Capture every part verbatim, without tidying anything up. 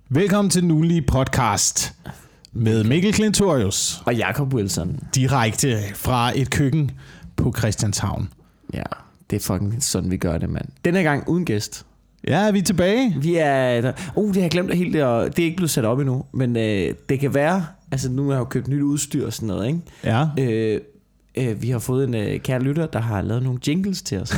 Velkommen til den ugenlige podcast med Mikkel Klintorius og Jacob Wilson. Direkte fra et køkken på Christianshavn. Ja, det er fucking sådan, vi gør det, mand. Denne gang uden gæst. Ja, vi er tilbage. Vi er... Der, oh, det har jeg glemt helt, og det er ikke blevet sat op endnu. Men øh, det kan være... Altså, nu har jeg jo købt nyt udstyr og sådan noget, ikke? Ja. Øh, øh, vi har fået en øh, kære lytter, der har lavet nogle jingles til os.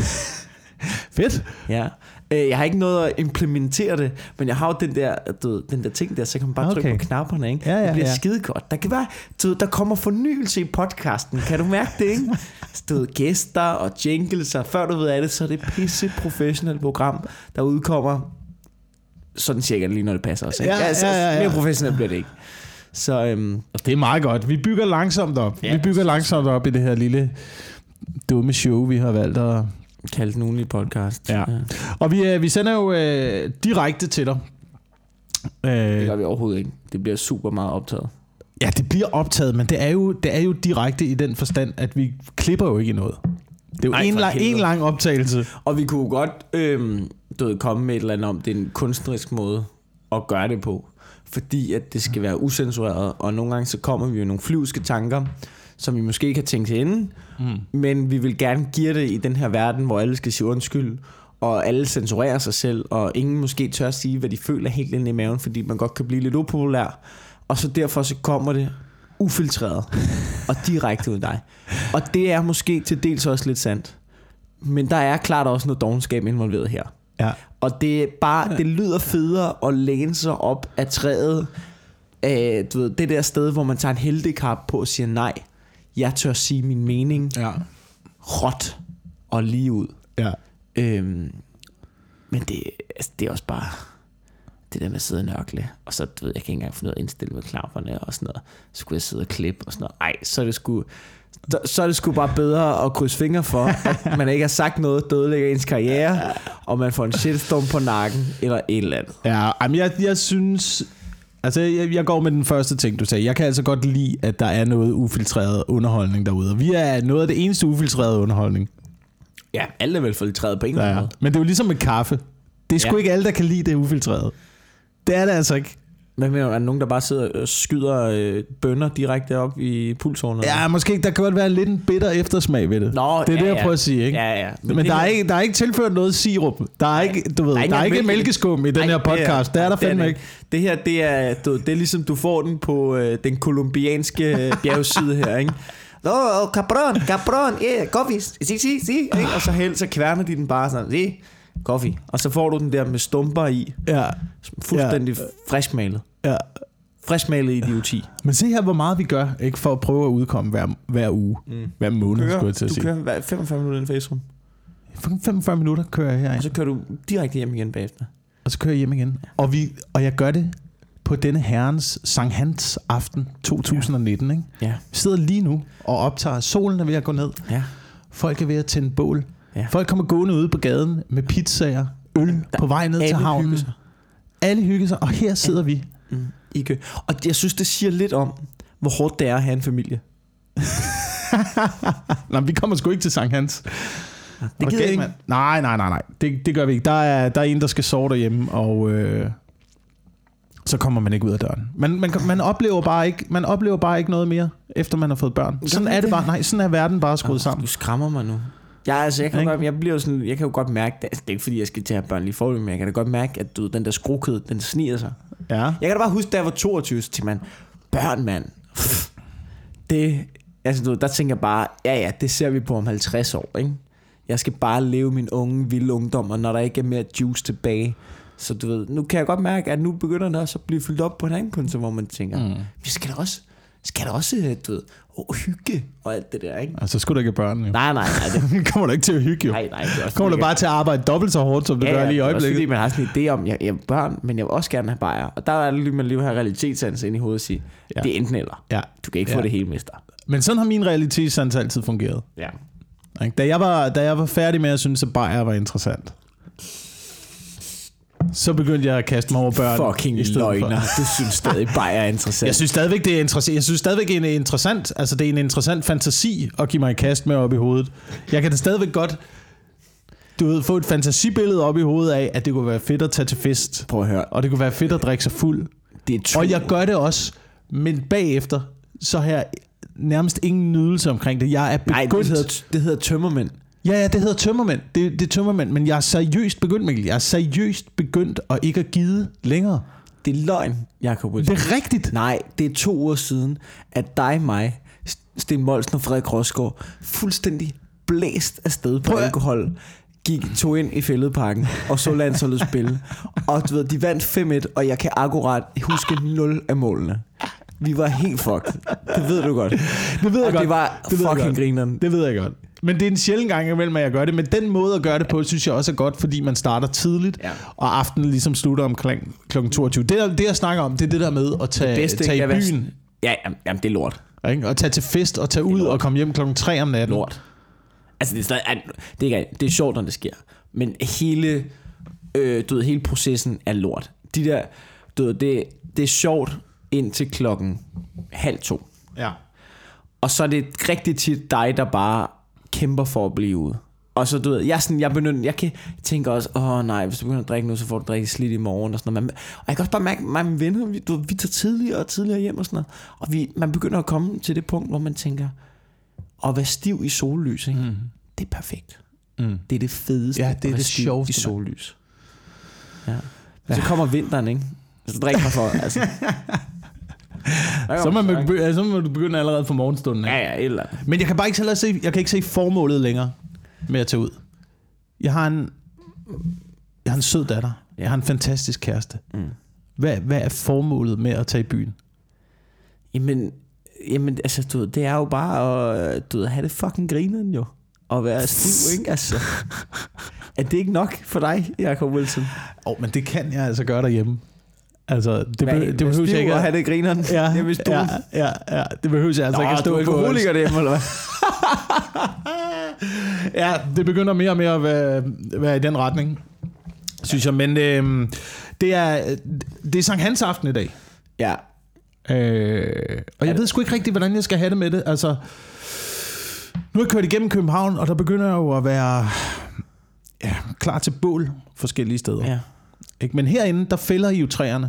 Fedt. Ja. Jeg har ikke noget at implementere det, men jeg har jo den der, du ved, den der ting der, så kan man bare okay. trykke på knapperne, ikke? Ja, ja, det bliver ja. skide godt. Der kan være, du ved, der kommer fornyelse i podcasten. Kan du mærke det, ikke? Du ved, gæster og jingles, og før du ved af det, så er det pisse professionelt program, der udkommer sådan cirka lige når det passer os, ikke? Ja, altså, ja, ja, ja. Mere professionelt bliver det ikke. Så øhm, det er meget godt. Vi bygger langsomt op. Ja, vi bygger langsomt op i det her lille dumme show, vi har valgt at kaldt nogen i podcast. Ja. Ja. Og vi, øh, vi sender jo øh, direkte til dig. Øh, det gør vi overhovedet ikke. Det bliver super meget optaget. Ja, det bliver optaget, men det er jo, det er jo direkte i den forstand, at vi klipper jo ikke noget. Det er jo Ej, en, lang, en lang optagelse. Og vi kunne godt øh, du ved, komme med et eller andet om, det er en kunstnerisk måde at gøre det på. Fordi at det skal være usensureret, og nogle gange så kommer vi jo nogle flyvske tanker, som vi måske ikke har tænkt til enden, mm. men vi vil gerne give det i den her verden, hvor alle skal sige undskyld, og alle censurerer sig selv, og ingen måske tør sige, hvad de føler helt inde i maven, fordi man godt kan blive lidt upopulær, og så derfor så kommer det ufiltreret og direkte ud af dig. Og det er måske til dels også lidt sandt, men der er klart også noget dovenskab involveret her. Ja. Og det er bare, det lyder federe at læne sig op af træet, af, du ved, det der sted, hvor man tager en heltekap på og siger nej. Jeg tør sige min mening, ja. råt og lige ud. Ja. Øhm, men det, altså, det er også bare det der med at sidde og nørkle. Og så, du ved, jeg kan ikke engang finde noget at indstille med knapperne og sådan noget. Så skulle jeg sidde og klippe og sådan noget. Ej, så er det sgu, så er det sgu bare bedre at krydse fingre for, at man ikke har sagt noget, der ødelægger ens karriere, og man får en shitstorm på nakken, eller et eller andet. Ja, men jeg, jeg synes... Altså, jeg, jeg går med den første ting, du sagde. Jeg kan altså godt lide, at der er noget ufiltreret underholdning derude. Og vi er noget af det eneste ufiltrerede underholdning. Ja, alle er vel filtreret på en eller anden måde. Men det er jo ligesom med kaffe. Det er sgu ja. ikke alle, der kan lide det ufiltreret. Det er det altså ikke. Men er der nogen, der bare sidder og skyder øh, bønner direkte op i pulshårene? Ja, måske. Der kan godt være lidt en bitter eftersmag ved det. Nå, det er ja, det, jeg ja. prøver at sige, ikke? Ja, ja. Men, Men der, er ikke, der er ikke tilført noget sirup. Der er nej, ikke, du ved, der er ikke, der er ikke mælkeskum i den her podcast. Det er, det er der fandme ikke. Det her, det er, du, det er ligesom, du får den på øh, den kolumbianske bjergside her, ikke? Åh, oh, cabron, cabron, yeah, coffee, si, si, si, ikke? Og så, held, så kværner de den bare sådan, si, coffee. Og så får du den der med stumper i. Ja. Fuldstændig ja. friskmalet. Ja. Friskmalet idioti. Men se her, hvor meget vi gør, ikke, for at prøve at udkomme hver, hver uge. Mm. Hver måned, kører, skulle jeg til at du sige. Du kører femogfyrre minutter i en facerum. femogfyrre minutter kører jeg her. Og så kører du direkte hjem igen bagefter. Og så kører jeg hjem igen. Og, vi, og jeg gør det på denne herrens Sankt Hans aften to tusind nitten. Ikke? Ja. Vi sidder lige nu og optager. Solen er ved at gå ned. Ja. Folk er ved at tænde bål. Ja. Folk kommer gående ude på gaden med pizzaer, øl der, på vej ned til havnen. Hygger Alle hygger sig, og her sidder vi. Mm. I kø. Og jeg synes, det siger lidt om, hvor hårdt det er at have en familie. Nå, vi kommer sgu ikke til Sankt Hans. Ja, det gider okay, ikke. Nej, nej, nej, nej. Det, det gør vi ikke. Der er, der er en, der skal sove derhjemme, og øh, så kommer man ikke ud af døren. Man, man, man, oplever bare ikke, man oplever bare ikke noget mere, efter man har fået børn. Sådan er det bare. Nej, sådan er verden bare skruet sammen. Du skræmmer mig nu. Ja, altså, jeg, kan godt, jeg, bliver sådan, jeg kan jo godt mærke, det, altså, det er ikke fordi, jeg skal til at have børn lige forløb, men jeg kan da godt mærke, at du, den der skrukhed, den sniger sig. Ja. Jeg kan da bare huske, da jeg var toogtyve, så tænkte man, børn, mand. Det, altså, du, der tænker jeg bare, ja, ja, det ser vi på om halvtreds år, ikke? Jeg skal bare leve min unge, vilde ungdom, og når der ikke er mere juice tilbage. Så du ved, nu kan jeg godt mærke, at nu begynder det også at blive fyldt op på en anden konto, hvor man tænker, mm. vi skal da også, skal da også, du ved, oh, hygge og alt det der, ikke? Altså, så skulle du ikke have børn, jo. Nej, nej, nej. Det kommer du ikke til at hygge, jo. Nej, nej. Det kommer du bare til at arbejde dobbelt så hårdt, som du ja, gør lige i øjeblikket. Ja, fordi man har sådan en idé om, jeg, jeg er børn, men jeg vil også gerne have bajer. Og der er det lige, man lige har realitetssans ind i hovedet og sige, ja. Det er enten eller. Ja. Du kan ikke ja. få det hele, mister. Men sådan har min realitetssans altid fungeret. Ja. Da jeg var, da jeg var færdig med at synes, at bajer var interessant, så begyndte jeg at kaste mig over børn. Fucking løgner. Du synes stadig bare er interessant. Jeg synes stadigvæk, det er interessant. Jeg synes stadigvæk, det er interessant. Altså, det er en interessant fantasi at give mig i kast med op i hovedet. Jeg kan da stadigvæk godt du ved, få et fantasibillede op i hovedet af, at det kunne være fedt at tage til fest. Prøv at høre. Og det kunne være fedt at drikke sig fuld. Det er to. Og jeg gør det også, men bagefter, så har jeg nærmest ingen nydelse omkring det. Jeg er begyndt... Nej, det hedder, det hedder tømmermænd. Ja, ja, det hedder tømmermænd. Det, det er tømmermænd, men jeg er seriøst begyndt, Mikkel. Jeg er seriøst begyndt at ikke at gide længere. Det er løgn, Jacob Wilson. Det er rigtigt. Nej, det er to uger siden, at dig, mig, Sten Molsen og Frederik Rosgaard fuldstændig blæst afsted på Prøv at... alkohol, gik, tog ind i Fælledparken og så landsholdet spille. Og du ved, de vandt fem et, og jeg kan akkurat huske nul af målene. Vi var helt fucked. Det ved du godt. Det ved jeg og godt. det var det fucking grineren. Det ved jeg godt. Men det er en sjælden gang imellem, at jeg gør det. Men den måde at gøre det på, synes jeg også er godt, fordi man starter tidligt, ja. Og aftenen ligesom slutter omkring klokken toogtyve. Det, det jeg snakker om, det er det der med at tage, bedste, tage i byen. Være... Ja, jamen, jamen, det er lort. Ikke? Og tage til fest og tage ud og komme hjem klokken tre om natten. Lort. Altså, det er, stadig, det er, ikke, det er sjovt, når det sker. Men hele, øh, du ved, hele processen er lort. De der, du ved, det, det er sjovt indtil klokken halv to. Ja. Og så er det rigtig tit dig, der bare kæmper for at blive ude. Og så, du ved, jeg, sådan, jeg, begynder, jeg kan tænke også, åh nej, hvis du begynder at drikke nu, så får du drikke slidt i morgen og sådan noget. Og jeg kan også bare mærke, at mine venner, vi, du, vi tager tidligere og tidligere hjem og sådan noget. Og vi, man begynder at komme til det punkt, hvor man tænker, at være stiv i sollys, ikke? Mm. Det er perfekt. Mm. Det er det fedeste. Ja, det er det sjoveste. I sollys. Ja. Ja. Så kommer vinteren, ikke? Så drikker man for, altså. Så må, man begynde, så må du begynde allerede fra morgenstunden. Ikke? Ja, ja, eller. Men jeg kan bare ikke se, jeg kan ikke se formålet længere med at tage ud. Jeg har en, jeg har en sød datter. Ja. Jeg har en fantastisk kæreste. Mm. Hvad, hvad er formålet med at tage i byen? Jamen, jamen altså, du ved, det er jo bare at du ved, have det fucking grineren jo. Og være stiv, ikke? Altså. Er det ikke nok for dig, Jacob Wilson? Åh, oh, men det kan jeg altså gøre derhjemme. Altså, det, Hvad, be, det behøver jeg ikke at have det grineren. Ja, ja, ja, ja, det behøver jeg altså Nå, ikke at stå på. Nå, du er det hjemme, eller hvad? Ja, det begynder mere og mere at være, være i den retning, synes jeg. Men øh, det er det er Sankt Hans aften i dag. Ja. Øh, og jeg ved sgu ikke rigtig, hvordan jeg skal have det med det. Altså, nu er jeg kørt igennem København, og der begynder jo at være ja, klar til bål forskellige steder. Ja. Ikke? Men herinde, der fælder I jo træerne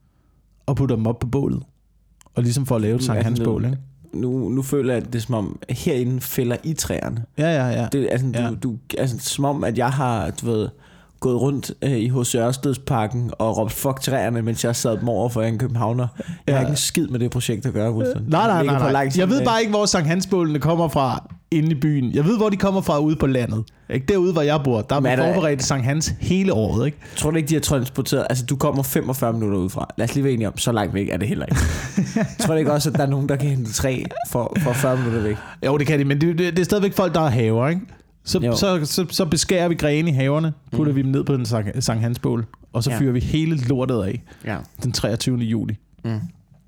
og putter dem op på bålet. Og ligesom for at lave et Sankt Hans bål, ikke? Nu, nu føler jeg, at det er som om, herinde fælder I træerne. Ja, ja, ja. Det er altså, ja. du, du, altså, som om, at jeg har, du ved, gået rundt øh, i H C Ørstedsparken og råbt fuck træerne, mens jeg sad dem over for en københavner. Jeg ja. har ikke en skid med det projekt at gøre, Wilson. Nej, nej, nej, nej. nej. Jeg ved bare ikke, hvor Sankt Hans-bålene kommer fra inde i byen. Jeg ved, hvor de kommer fra ude på landet. Ikke derude, hvor jeg bor. Der er man forberedt Sankt Hans hele året, ikke? Tror du ikke, de har transporteret? Altså, du kommer femogfyrre minutter udefra. Lad os lige være enige om, så langt væk er det heller ikke. Tror du ikke også, at der er nogen, der kan hente træ for, for fyrre minutter væk? Jo, det kan de, men det, det, det er stadigvæk folk, der har haver, ikke? Så, så, så, så beskærer vi grene i haverne, putter mm. vi dem ned på den Sankt Hans bål, og så fyrer ja. vi hele lortet af ja. den treogtyvende juli. Mm.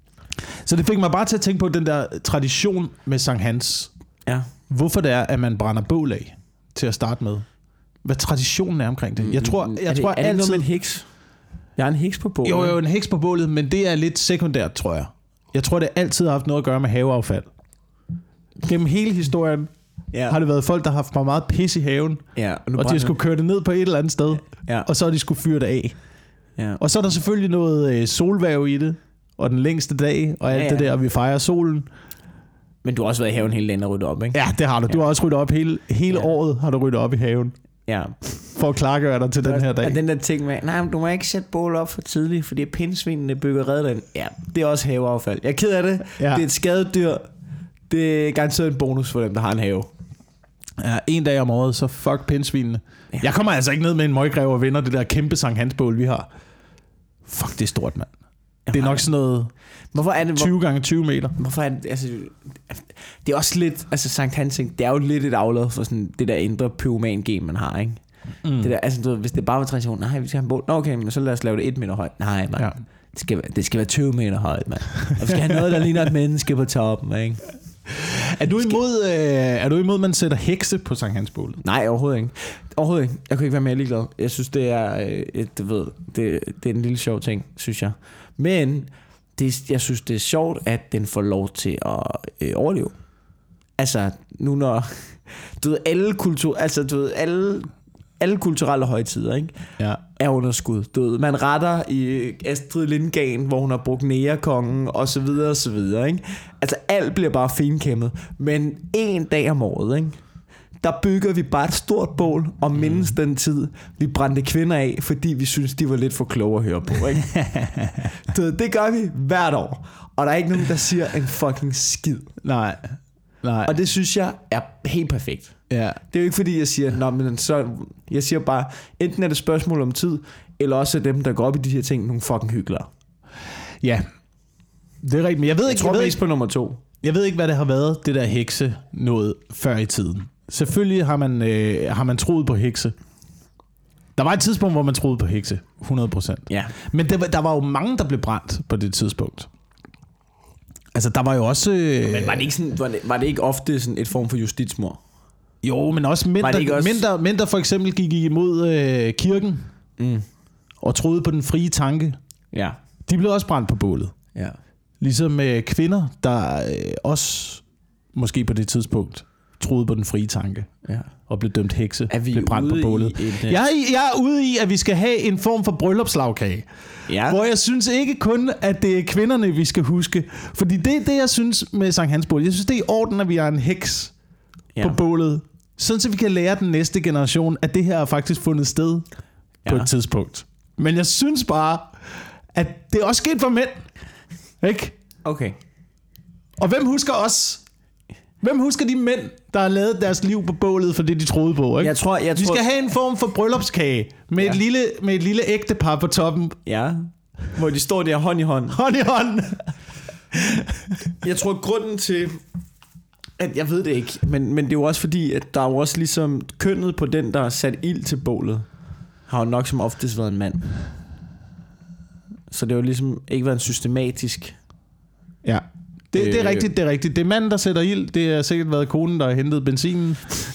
Så det fik mig bare til at tænke på den der tradition med Sankt Hans. Ja. Hvorfor det er, at man brænder bål af til at starte med. Hvad traditionen er omkring det. Jeg tror, jeg er det, tror er det altid... noget med en heks? Jeg har en heks på bålet. Jo, jo, en heks på bålet, men det er lidt sekundært, tror jeg. Jeg tror, det altid har haft noget at gøre med haveaffald. Gennem hele historien ja. har det været folk, der har haft meget pis i haven, ja, og, og de har skulle køre det ned på et eller andet sted, ja. og så har de skulle fyre det af. Ja. Og så er der selvfølgelig noget øh, solværv i det, og den længste dag, og alt ja, ja. det der, og vi fejrer solen. Men du har også været i haven hele dagen og ryddet op, ikke? Ja, det har du. Du ja. har også ryddet op hele, hele ja. året, har du ryddet op i haven. Ja. For at klargøre dig til den her dag. Og den der ting med, nej, men du må ikke sætte bål op for tidligt, fordi pindsvinene bygger redden. Ja, det er også haveaffald. Jeg er ked af det. Ja. Det er et skadedyr. Det er garanteret en bonus for dem, der har en have. Ja, en dag om året, så fuck pindsvinene. Ja. Jeg kommer altså ikke ned med en møggreve og vinder det der kæmpe Sankt Hans bål, vi har. Fuck, det er stort, mand. Det er nok sådan noget hvorfor er det, hvor, tyve gange tyve meter. Hvorfor er det, altså, det er også lidt, altså Sankt Hans, det er jo lidt et aflad for sådan det der indre pyroman-gen, man har, ikke? Mm. Det der, altså, du, hvis det bare var tradition, nej, vi skal have en bål. Nå, okay, men så lad os lave det et meter højt. Nej, mand. Ja. Det, skal, det skal være tyve meter højt, mand. Og vi skal have noget, der ligner et menneske på toppen, ikke? Er du imod, øh, er du imod, at man sætter hekse på Sankt Hans bålet? Nej, overhovedet ikke. Overhovedet ikke. Jeg kunne ikke være mere ligeglad. Jeg synes, det er, øh, et, det ved, det, det er en lille sjov ting, synes jeg. Men det, jeg synes, det er sjovt, at den får lov til at øh, overleve. Altså, nu når du ved, alle kultur, altså du ved, alle alle kulturelle højtider, ikke? Ja. Er underskud. Du ved, man retter i Astrid Lindgren, hvor hun har brugt Nærekongen, og så videre, og så videre, ikke? Altså, alt bliver bare finkæmmet. Men en dag om året, ikke? Der bygger vi bare et stort bål og mindes mm. den tid, vi brændte kvinder af, fordi vi synes, de var lidt for kloge at høre på, ikke? Du ved, det gør vi hvert år. Og der er ikke nogen, der siger en fucking skid. Nej. Nej. Og det synes jeg er helt perfekt. Ja. Det er jo ikke fordi, jeg siger, nå, men så, jeg siger bare, enten er det spørgsmål om tid, eller også er dem, der går op i de her ting, nogle fucking hyggelere. Ja, det er rigtigt. Men jeg ved jeg ikke, tror jeg ved mest ikke, på nummer to. Jeg ved ikke, hvad det har været, det der hekse noget før i tiden. Selvfølgelig har man, øh, har man troet på hekse. Der var et tidspunkt, hvor man troede på hekse. hundrede procent. Ja. Men det, der var jo mange, der blev brændt på det tidspunkt. Altså, der var jo også... Øh... Men var det ikke, sådan, var det, var det ikke ofte sådan et form for justitsmord? Jo, men også mænd, der, også... mænd, der, mænd, der for eksempel gik imod øh, kirken mm. og troede på den frie tanke. Ja. De blev også brændt på bålet. Ja. Ligesom øh, kvinder, der øh, også måske på det tidspunkt troede på den frie tanke. Ja. Og blev dømt hekse. Er vi blev brændt på bålet. En, uh... jeg, er, jeg er ude i, at vi skal have en form for bryllupslagkage. Ja. Hvor jeg synes ikke kun, at det er kvinderne, vi skal huske. Fordi det er det, jeg synes med Sankt Hans bål. Jeg synes, det er i orden, at vi har en heks ja. på bålet. Sådan, så vi kan lære den næste generation, at det her har faktisk fundet sted ja. på et tidspunkt. Men jeg synes bare, at det er også sket for mænd. Ikke? Okay. Og hvem husker os? Hvem husker de mænd, der har lavet deres liv på bålet for det, de troede på? Ikke? Jeg tror, jeg Vi tror... skal have en form for bryllupskage med, ja. et lille, med et lille ægtepar på toppen. Ja, hvor de står der hånd i hånd. Hånd i hånd. Jeg tror, grunden til... At jeg ved det ikke, men, men det er jo også fordi, at der er jo også ligesom kønnet på den, der har sat ild til bålet, har jo nok som oftest været en mand. Så det har jo ligesom ikke været en systematisk... Ja. Det, det er rigtigt, det er rigtigt. Det er manden, der sætter ild. Det har sikkert været konen, der har hentet benzinen.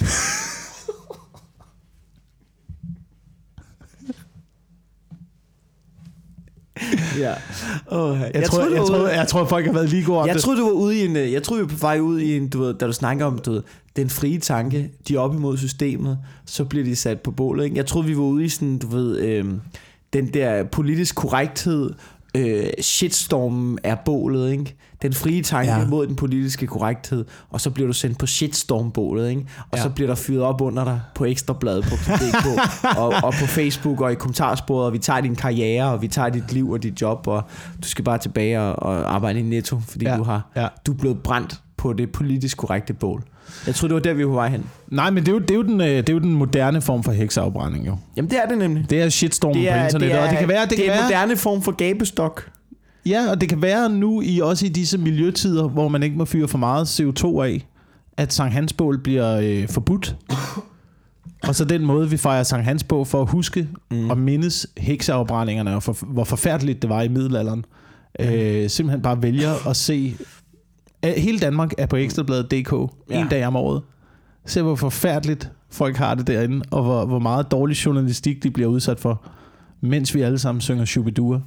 Ja. Oh, jeg, jeg, tror, tror, jeg, jeg, tror, jeg tror, folk har været lige gode om jeg det. Tror, du var ude i en, jeg tror, vi var på vej ud i en, du ved, da du snakker om, du ved, den frie tanke, de er op imod systemet, så bliver de sat på bålet. Ikke? Jeg tror, vi var ude i sådan, du ved, øh, den der politisk korrekthed, øh, shitstormen er bålet, ikke? Den frie tanke ja. mod den politiske korrekthed, og så bliver du sendt på shitstorm-bålet, ikke? Og ja. så bliver der fyret op under dig på ekstrabladet punktum d k og, og på Facebook og i kommentarsporet, og vi tager din karriere, og vi tager dit liv og dit job, og du skal bare tilbage og, og arbejde i Netto, fordi ja. du har ja. du er blevet brændt på det politisk korrekte bål. Jeg tror, det var der, vi var på vej hen. Nej, men det er jo, det er jo, den, det er jo den moderne form for hekseafbrænding, jo. Jamen, det er det nemlig. Det er shitstormen det er, på internettet, det er, og det kan være... Det, det kan er en være, moderne form for gabestok. Ja, og det kan være nu, i også i disse miljøtider, hvor man ikke må fyre for meget C O to af, at Sankt Hans bål bliver øh, forbudt. Og så den måde, vi fejrer Sankt Hans bål for at huske mm. og mindes hekseafbrændingerne, og for, hvor forfærdeligt det var i middelalderen. Mm. Øh, simpelthen bare vælger at se... Hele Danmark er på ekstrabladet punktum d k ja. en dag om året. Se, hvor forfærdeligt folk har det derinde, og hvor, hvor meget dårlig journalistik de bliver udsat for, mens vi alle sammen synger Shubidua.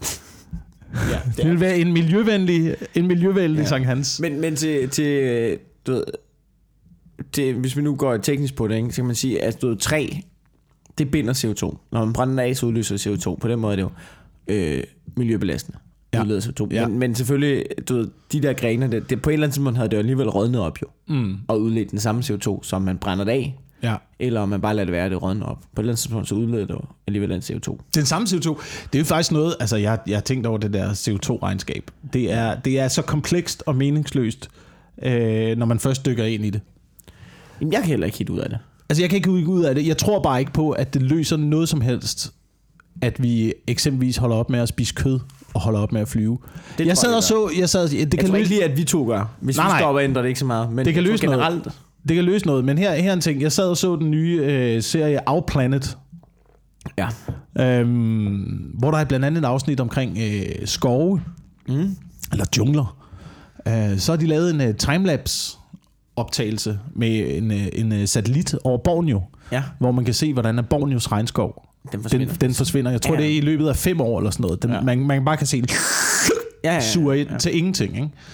Ja, det, det vil være en miljøvenlig, en miljøvenlig ja. Sankt Hans. Men, men til, til, du ved, til, hvis vi nu går teknisk på det, ikke, så kan man sige, at du ved, træ, det binder C O to. Når man brænder af, så udløser C O to. På den måde er det jo øh, miljøbelastende. Ja. C O to. Ja. Men, men selvfølgelig, du ved, de der grene, det, det, på en eller anden tidspunkt havde det jo alligevel rådnet op jo, mm. og udledt den samme C O to, som man brænder det af. Ja. Eller om man bare lader det være, det rådner op. På et eller andet tidspunkt, så udleder det jo alligevel en C O to. Den samme C O to, det er jo faktisk noget, altså jeg, jeg har tænkt over det der C O to-regnskab. Det er, det er så komplekst og meningsløst, øh, når man først dykker ind i det. Jamen, jeg kan heller ikke helt ud af det. Altså jeg kan ikke ud af det. Jeg tror bare ikke på, at det løser noget som helst, at vi eksempelvis holder op med at spise kød og holder op med at flyve. Det jeg sad og så, jeg sad, det jeg kan tror løse... ikke lige, at vi to gør. Hvis nej, vi stopper, ændrer det ikke så meget. Men det kan løse generelt... noget. Det kan løse noget, men her, her er en ting. Jeg sad og så den nye øh, serie Outplanet. Ja. Øhm, hvor der er blandt andet et afsnit omkring øh, skove. Mm. Eller jungler. Øh, så har de lavet en uh, timelapse optagelse med en, uh, en uh, satellit over Borneo. Ja. Hvor man kan se, hvordan er Borneos regnskov. Den forsvinder. Den, den forsvinder. Jeg tror, ja, ja. det er i løbet af fem år eller sådan noget. Den, ja. man, man bare kan se den ja, ja, ja, ja. suge ind til ingenting, ikke?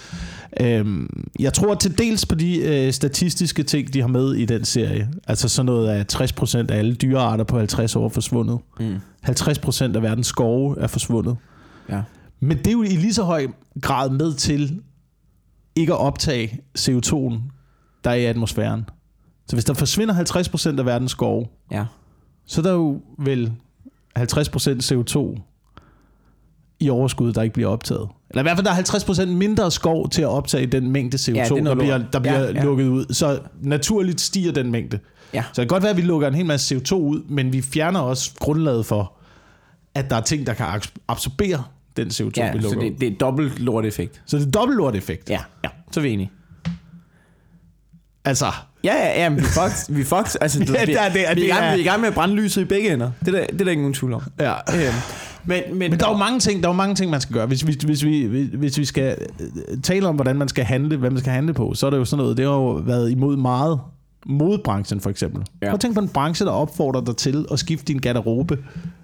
Øhm, jeg tror til dels på de øh, statistiske ting, de har med i den serie. Altså sådan noget af tres procent af alle dyrearter på halvtreds år er forsvundet. Mm. halvtreds procent af verdens skove er forsvundet. Ja. Men det er jo i lige så høj grad med til ikke at optage C O to'en, der er i atmosfæren. Så hvis der forsvinder halvtreds procent af verdens skove, ja. så er der jo vel halvtreds procent C O to i overskud, der ikke bliver optaget. Eller i hvert fald, der er halvtreds procent mindre skov til at optage den mængde C O to, ja, der bliver, der bliver ja, ja. lukket ud. Så naturligt stiger den mængde. Ja. Så det kan godt være, at vi lukker en hel masse C O to ud, men vi fjerner også grundlaget for, at der er ting, der kan absorbere den C O to, ja, vi lukker så det, det er dobbelt lorteffekt. Så det er dobbelt lorteffekt? Ja, ja, så er vi enige. Altså... Ja, ja, ja, men vi fucked, vi fucked, altså, du, ja, det, er, det, er, vi, er gang, vi er i gang med at brænde lyset i begge ender. Det er der, det er der ikke nogen tvivl om. Ja. Øhm, men, men, men der er jo mange ting, der er jo mange ting, man skal gøre. Hvis, hvis, hvis, vi, hvis vi skal tale om, hvordan man skal handle, hvad man skal handle på, så er det jo sådan noget, det har jo været imod meget modebranchen for eksempel. Ja. Prøv at tænke på en branche, der opfordrer dig til at skifte din garderobe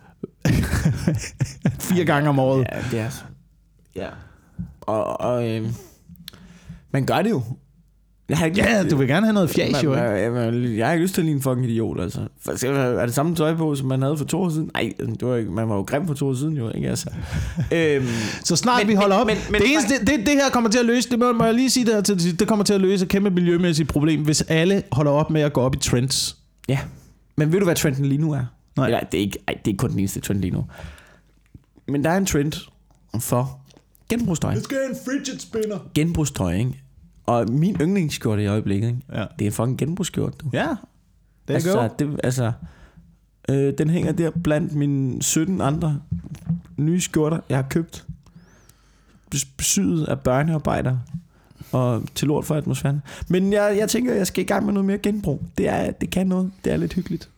fire gange om året. Ja, det er så. Ja. Og, og øh, man gør det jo. Jeg har ikke ja, lyst, du vil gerne have noget fjæs, jo. Jeg, jeg, jeg har ikke lyst til at ligne en fucking idiot, altså. Er det samme tøj på, som man havde for to år siden? Nej, det var ikke, man var jo grim for to år siden, jo, ikke altså. øhm, så snart men, vi holder op. Men, men, det eneste, det, det, det her kommer til at løse, det må, må jeg lige sige det her til, det kommer til at løse et kæmpe miljømæssigt problem, hvis alle holder op med at gå op i trends. Ja, men ved du, hvad trenden lige nu er? Nej. Eller, det er ikke, ej, det er ikke kun den eneste trend lige nu. Men der er en trend for genbrugstøj. Jeg skal have en fidget spinner. Genbrugstøj, ikke? Og min yndlingsskjorte i øjeblikket, ikke? Ja. Det er en fucking genbrugsskjorte, du. Ja, det er altså, godt. Det, altså, øh, den hænger der blandt mine sytten andre nye skjorter, jeg har købt. Syet af børnearbejdere og til lort for atmosfæren. Men jeg, jeg tænker, jeg skal i gang med noget mere genbrug. Det, er, det kan noget. Det er lidt hyggeligt.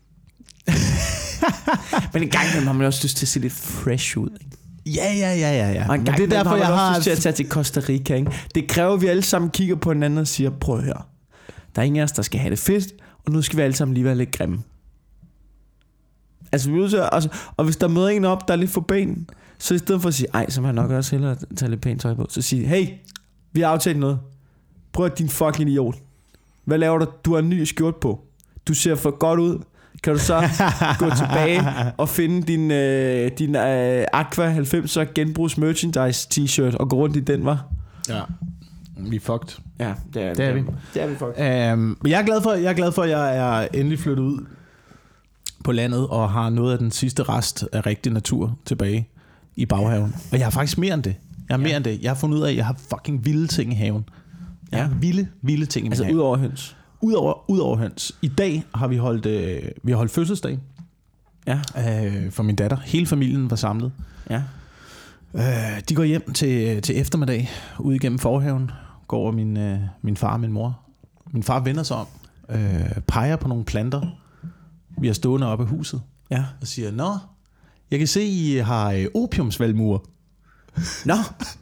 Men en gang imellem har man også lyst til at se lidt fresh ud, ikke? Ja, ja, ja, ja, ja. Og en gang det er derfor, har jeg har lyst til at tage til Costa Rica, ikke? Det kræver, at vi alle sammen kigger på hinanden og siger, prøv at høre. Der er ingen af os, der skal have det fedt, og nu skal vi alle sammen lige være lidt grimme. Altså, vi er til, altså, og hvis der møder en op, der er lidt for ben, så i stedet for at sige, ej, så må jeg nok også hellere tage lidt pænt tøj på, så sige, hey, vi har aftalt noget. Prøv at din fucking idiot. Hvad laver du? Du har en ny skjort på. Du ser for godt ud. Kan du så gå tilbage og finde din, øh, din øh, Aqua halvfemser genbrugs merchandise t-shirt og gå rundt i den, var? Ja, vi er fucked. Ja, det er, det er vi. Det er vi fucked. Um, jeg er glad for, jeg er glad for, at jeg er endelig flyttet ud på landet og har noget af den sidste rest af rigtig natur tilbage i baghaven. Og jeg har faktisk mere end det. Jeg har mere ja. end det. Jeg har fundet ud af, at jeg har fucking vilde ting i haven. Jeg ja. har vilde, vilde ting i altså haven. Altså ud over høns? Udover, udover høns. I dag har vi holdt, øh, vi har holdt fødselsdag ja. øh, for min datter. Hele familien var samlet. Ja. Øh, de går hjem til, til eftermiddag ude igennem forhaven. Går over min, øh, min far og min mor. Min far vender sig om, øh, peger på nogle planter, vi har stående oppe i huset. Ja. Og siger, nå, jeg kan se, I har øh, opiumsvalmuer. Nå.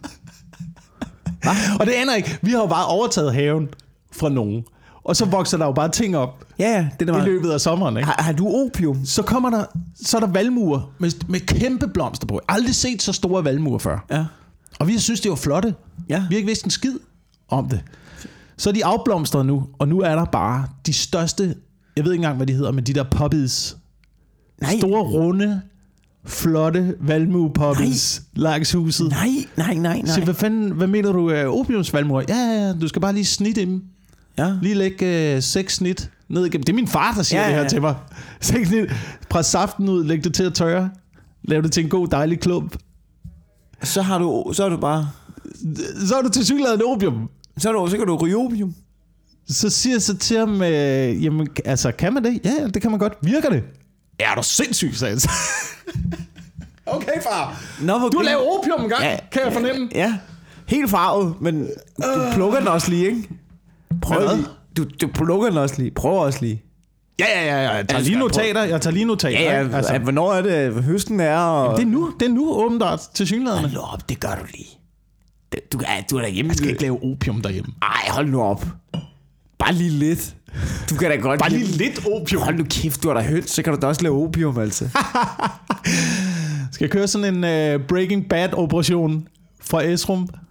Og det ender ikke. Vi har jo bare overtaget haven fra nogen. Og så vokser der jo bare ting op. Ja, det er meget... i løbet af sommeren, ikke? Har, har du opium? Så kommer der, så er der valmuer med, med kæmpe blomster på. Jeg har aldrig set så store valmuer før. Ja. Og vi synes, det var flotte. Ja. Vi har ikke vidst en skid om det. Så er de afblomstret nu, og nu er der bare de største, jeg ved ikke engang, hvad de hedder, men de der poppies. Nej. Store, runde, flotte valmue-poppies langs huset. Nej, nej, nej, nej. Så hvad fanden, hvad mener du af opiumsvalmuer? Ja, ja, du skal bare lige snitte dem. Ja. Lige lægge øh, seks snit ned igennem. Det er min far, der siger ja, det her ja. til mig. Seks snit. Pres saften ud, læg det til at tørre. Lav det til en god, dejlig klump. Så har du, så er du bare... Så er du til synligheden opium. Så, er du, så kan du ryge opium. Så siger jeg så til ham, øh, jamen, altså, kan man det? Ja, det kan man godt. Virker det? Ja, er du sindssyg, sagde han. Okay, far. Nå, du har lavet opium en gang, ja, kan jeg fornemme. Ja, helt farvet, men du øh. plukker den også lige, ikke? Prøv lige. Du, du plukker den også lige. Prøv også lige. Ja, ja, ja. Jeg tager lige notater. Jeg tager lige notater. Ja, ja. Altså, hvornår er det, høsten er? Og... Det er nu. Det er nu, åbenbart, til synligheden. Hold nu op, det gør du lige. Du, du er derhjemme. Jeg skal ikke lave opium derhjemme. Ej, hold nu op. Bare lige lidt. Du kan da godt... Bare lige lidt opium. Hold nu kæft, du har da hørt, så kan du da også lave opium, altså. Skal jeg køre sådan en uh, Breaking Bad-operation fra Esrum?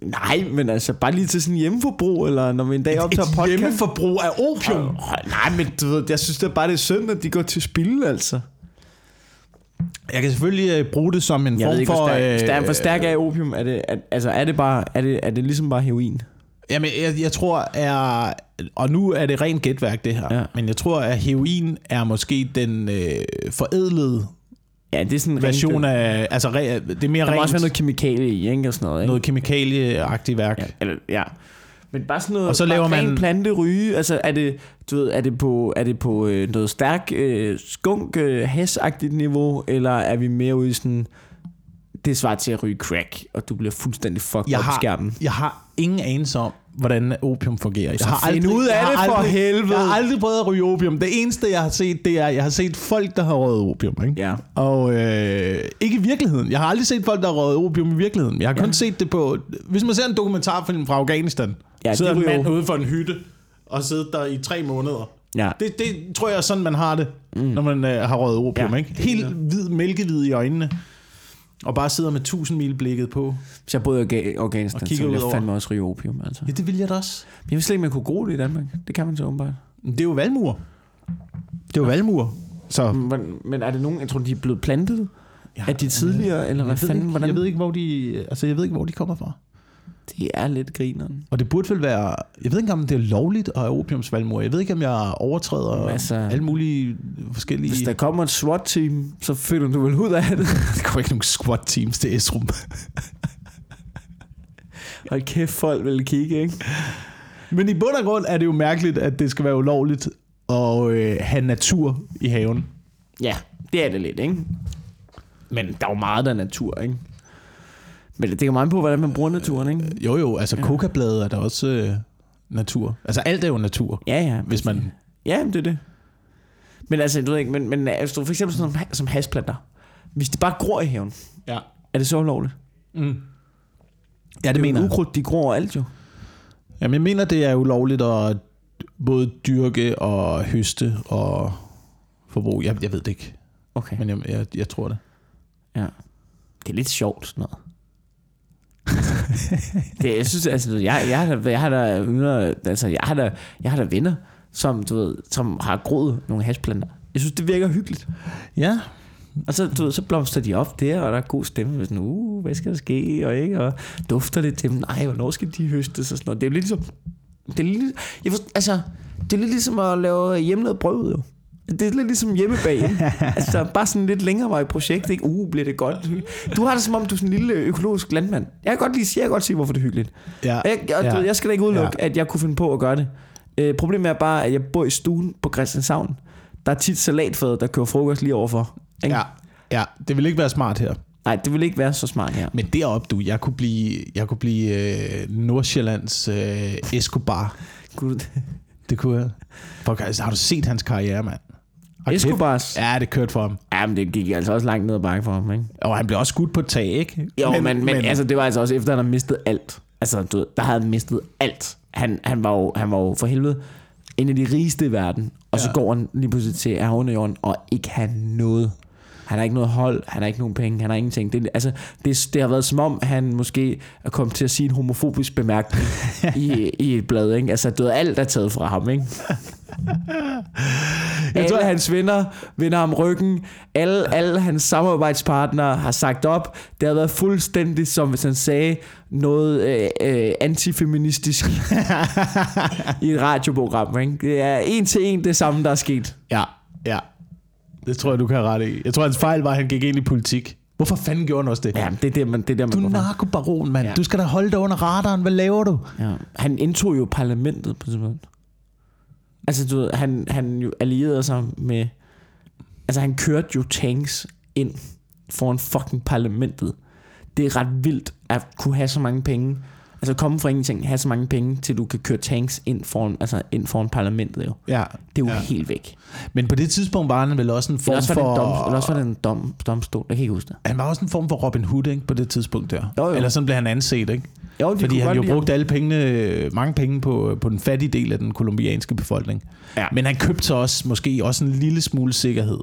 Nej, men altså bare lige til sådan hjemmeforbrug, eller når vi en dag optager podcast. Et hjemmeforbrug af opium? Oh, nej, men du ved, jeg synes det er bare det er synd, at de går til spil, altså. Jeg kan selvfølgelig uh, bruge det som en jeg form ikke, for... Jeg øh, for stærk af opium, er det, er, altså er det bare, er det, er det ligesom bare heroin? Jamen, jeg, jeg tror, er, og nu er det rent gætværk det her, ja. Men jeg tror, at heroin er måske den øh, forædlede ja, det er sådan version rent, af... Altså, re, det er mere der rent... må også være noget kemikalie i, ikke? Og sådan noget, ikke? Noget kemikalieagtigt værk. Ja, eller, ja. Men bare sådan noget, og så laver man planteryge, altså er det, du ved, er det på, er det på øh, noget stærk øh, skunk, øh, hasagtigt niveau, eller er vi mere ude i sådan, det svarer til at ryge crack, og du bliver fuldstændig fucked op i skærmen? Jeg har ingen anelse om, hvordan opium fungerer. Jeg så har aldrig ud af det for aldrig, helvede. Jeg har aldrig prøvet at ryge opium. Det eneste, jeg har set, det er, jeg har set folk, der har røget opium. Ikke? Ja. Og øh, ikke i virkeligheden. Jeg har aldrig set folk, der har røget opium i virkeligheden. Jeg har kun ja. set det på... Hvis man ser en dokumentarfilm fra Afghanistan, ja, sidder en mand ude for en hytte og sidder der i tre måneder. Ja. Det, det tror jeg er sådan, man har det, mm. når man øh, har røget opium. Ja. Ikke? Helt hvid, mælkehvid i øjnene. Og bare sidder med tusind mil blikket på. Hvis jeg boede i Afghanistan, så ville jeg fandme også ryge opium. Altså. Ja, det ville jeg da også. Men jeg vidste slet ikke, man kunne gro det i Danmark. Det kan man så åbenbart. Det er jo valmuer. Det er jo valmuer. Så. Men, men er det nogen, jeg tror, de er blevet plantet ja, af de tidligere, eller hvad fanden? Ikke, hvordan? Jeg ved ikke, hvor de, altså jeg ved ikke, hvor de kommer fra. Det er lidt grineren. Og det burde vel være... Jeg ved ikke, om det er lovligt at have opiumsvalmuer. Jeg ved ikke, om jeg overtræder altså, alle mulige forskellige... Hvis der kommer et SWAT-team, så finder du vel ud af det. Der kommer ikke nogen SWAT-teams til Esrum. Hold kæft, folk vil kigge, ikke? Men i bund og grund er det jo mærkeligt, at det skal være ulovligt at øh, have natur i haven. Ja, det er det lidt, ikke? Men der er jo meget af natur, ikke? Men det tænker meget på, hvordan man bruger naturen, ikke? Jo jo, altså ja. Kokabladet er der også øh, natur. Altså alt er jo natur. Ja, ja. Hvis man... Ja, det er det. Men altså, du ved ikke, men, men altså, for eksempel sådan noget som hasplanter. Hvis de bare gror i haven, ja. Er det så ulovligt? Mm. Ja, det, det mener jeg. Ukrudt, de gror alt jo. Jamen, jeg mener, det er ulovligt at både dyrke og høste og forbruge. Jeg, jeg ved det ikke. Okay. Men jeg, jeg, jeg tror det. Ja. Det er lidt sjovt sådan noget. det, jeg synes altså jeg jeg har jeg har der altså jeg har der jeg har der venner som du ved som har groet nogle hashplanter. Jeg synes det virker hyggeligt. Ja. Og så du ved så blomster de op der og der er god stemme sådan uh hvad skal der ske og ikke og dufter det til dem. Nej, hvornår skal de høstes og sådan noget. Det er jo lidt ligesom det er lidt jeg forstår, altså det er lidt ligesom at lave hjemmelavet brød jo. Det er lidt ligesom hjemmebag. Altså bare sådan lidt længerevarigt projekt, ikke? Uh, bliver det godt. Du har det som om du er sådan en lille økologisk landmand. Jeg kan godt lige sige, jeg kan godt sige hvorfor det er hyggeligt. Ja. Jeg, jeg, ja. jeg skal da ikke udelukke, ja. At jeg kunne finde på at gøre det. Øh, problemet er bare, at jeg bor i stuen på Christianshavn. Der er tit salatfad, der kører frokost lige overfor. Ikke? Ja. Ja, det vil ikke være smart her. Nej, det vil ikke være så smart her. Men deroppe, du, jeg kunne blive, jeg kunne blive øh, Nordsjællands øh, Escobar. Gud. Det kunne jeg. For, har du set hans karriere, mand? Escobars? Ja, det kørte for ham. Ja, men det gik altså også langt ned ad bakke for ham, ikke? Og han blev også skudt på tag, ikke? Jo, men, men, men altså, det var altså også efter, at han havde mistet alt. Altså, du ved, der havde han mistet alt. Han, han, var jo, han var jo for helvede en af de rigeste i verden. Og ja. Så går han lige pludselig til at have under jorden og ikke have noget. Han har ikke noget hold, han har ikke nogen penge, han har ingenting. Det, altså, det, det har været som om, han måske er kommet til at sige en homofobisk bemærkning i, i et blad. Ikke? Altså, du ved, alt er taget fra ham, ikke? Alle tror, hans venner vender ham ryggen. Alle, alle hans samarbejdspartnere har sagt op. Det har været fuldstændig som hvis han sagde noget øh, øh, antifeministisk i et radioprogram. Ikke? Det er en til en det samme, der er sket. Ja, ja. Det tror jeg, du kan have ret i. Jeg tror, hans fejl var, at han gik ind i politik. Hvorfor fanden gjorde han også det? Ja, det er der, man, det er der, man du er narkobaron, mand. Ja. Du skal da holde dig under radaren. Hvad laver du? Ja. Han indtog jo parlamentet på sådan. Altså, du ved, han, han jo allierede sig med... Altså, han kørte jo tanks ind foran fucking parlamentet. Det er ret vildt at kunne have så mange penge. Altså, komme fra ingenting, have så mange penge, til du kan køre tanks ind foran, altså ind foran parlamentet, jo. Ja. Det er jo ja. Helt væk. Men på det tidspunkt var han vel også en form også for... Dom, eller også var det en dom, domstol, jeg kan ikke huske det. Han var også en form for Robin Hood, ikke, på det tidspunkt der. Jo, jo. Eller sådan blev han anset, ikke? Jo, fordi han jo brugte alle pengene, mange penge på, på den fattige del af den kolumbianske befolkning. Ja. Men han købte så også måske også en lille smule sikkerhed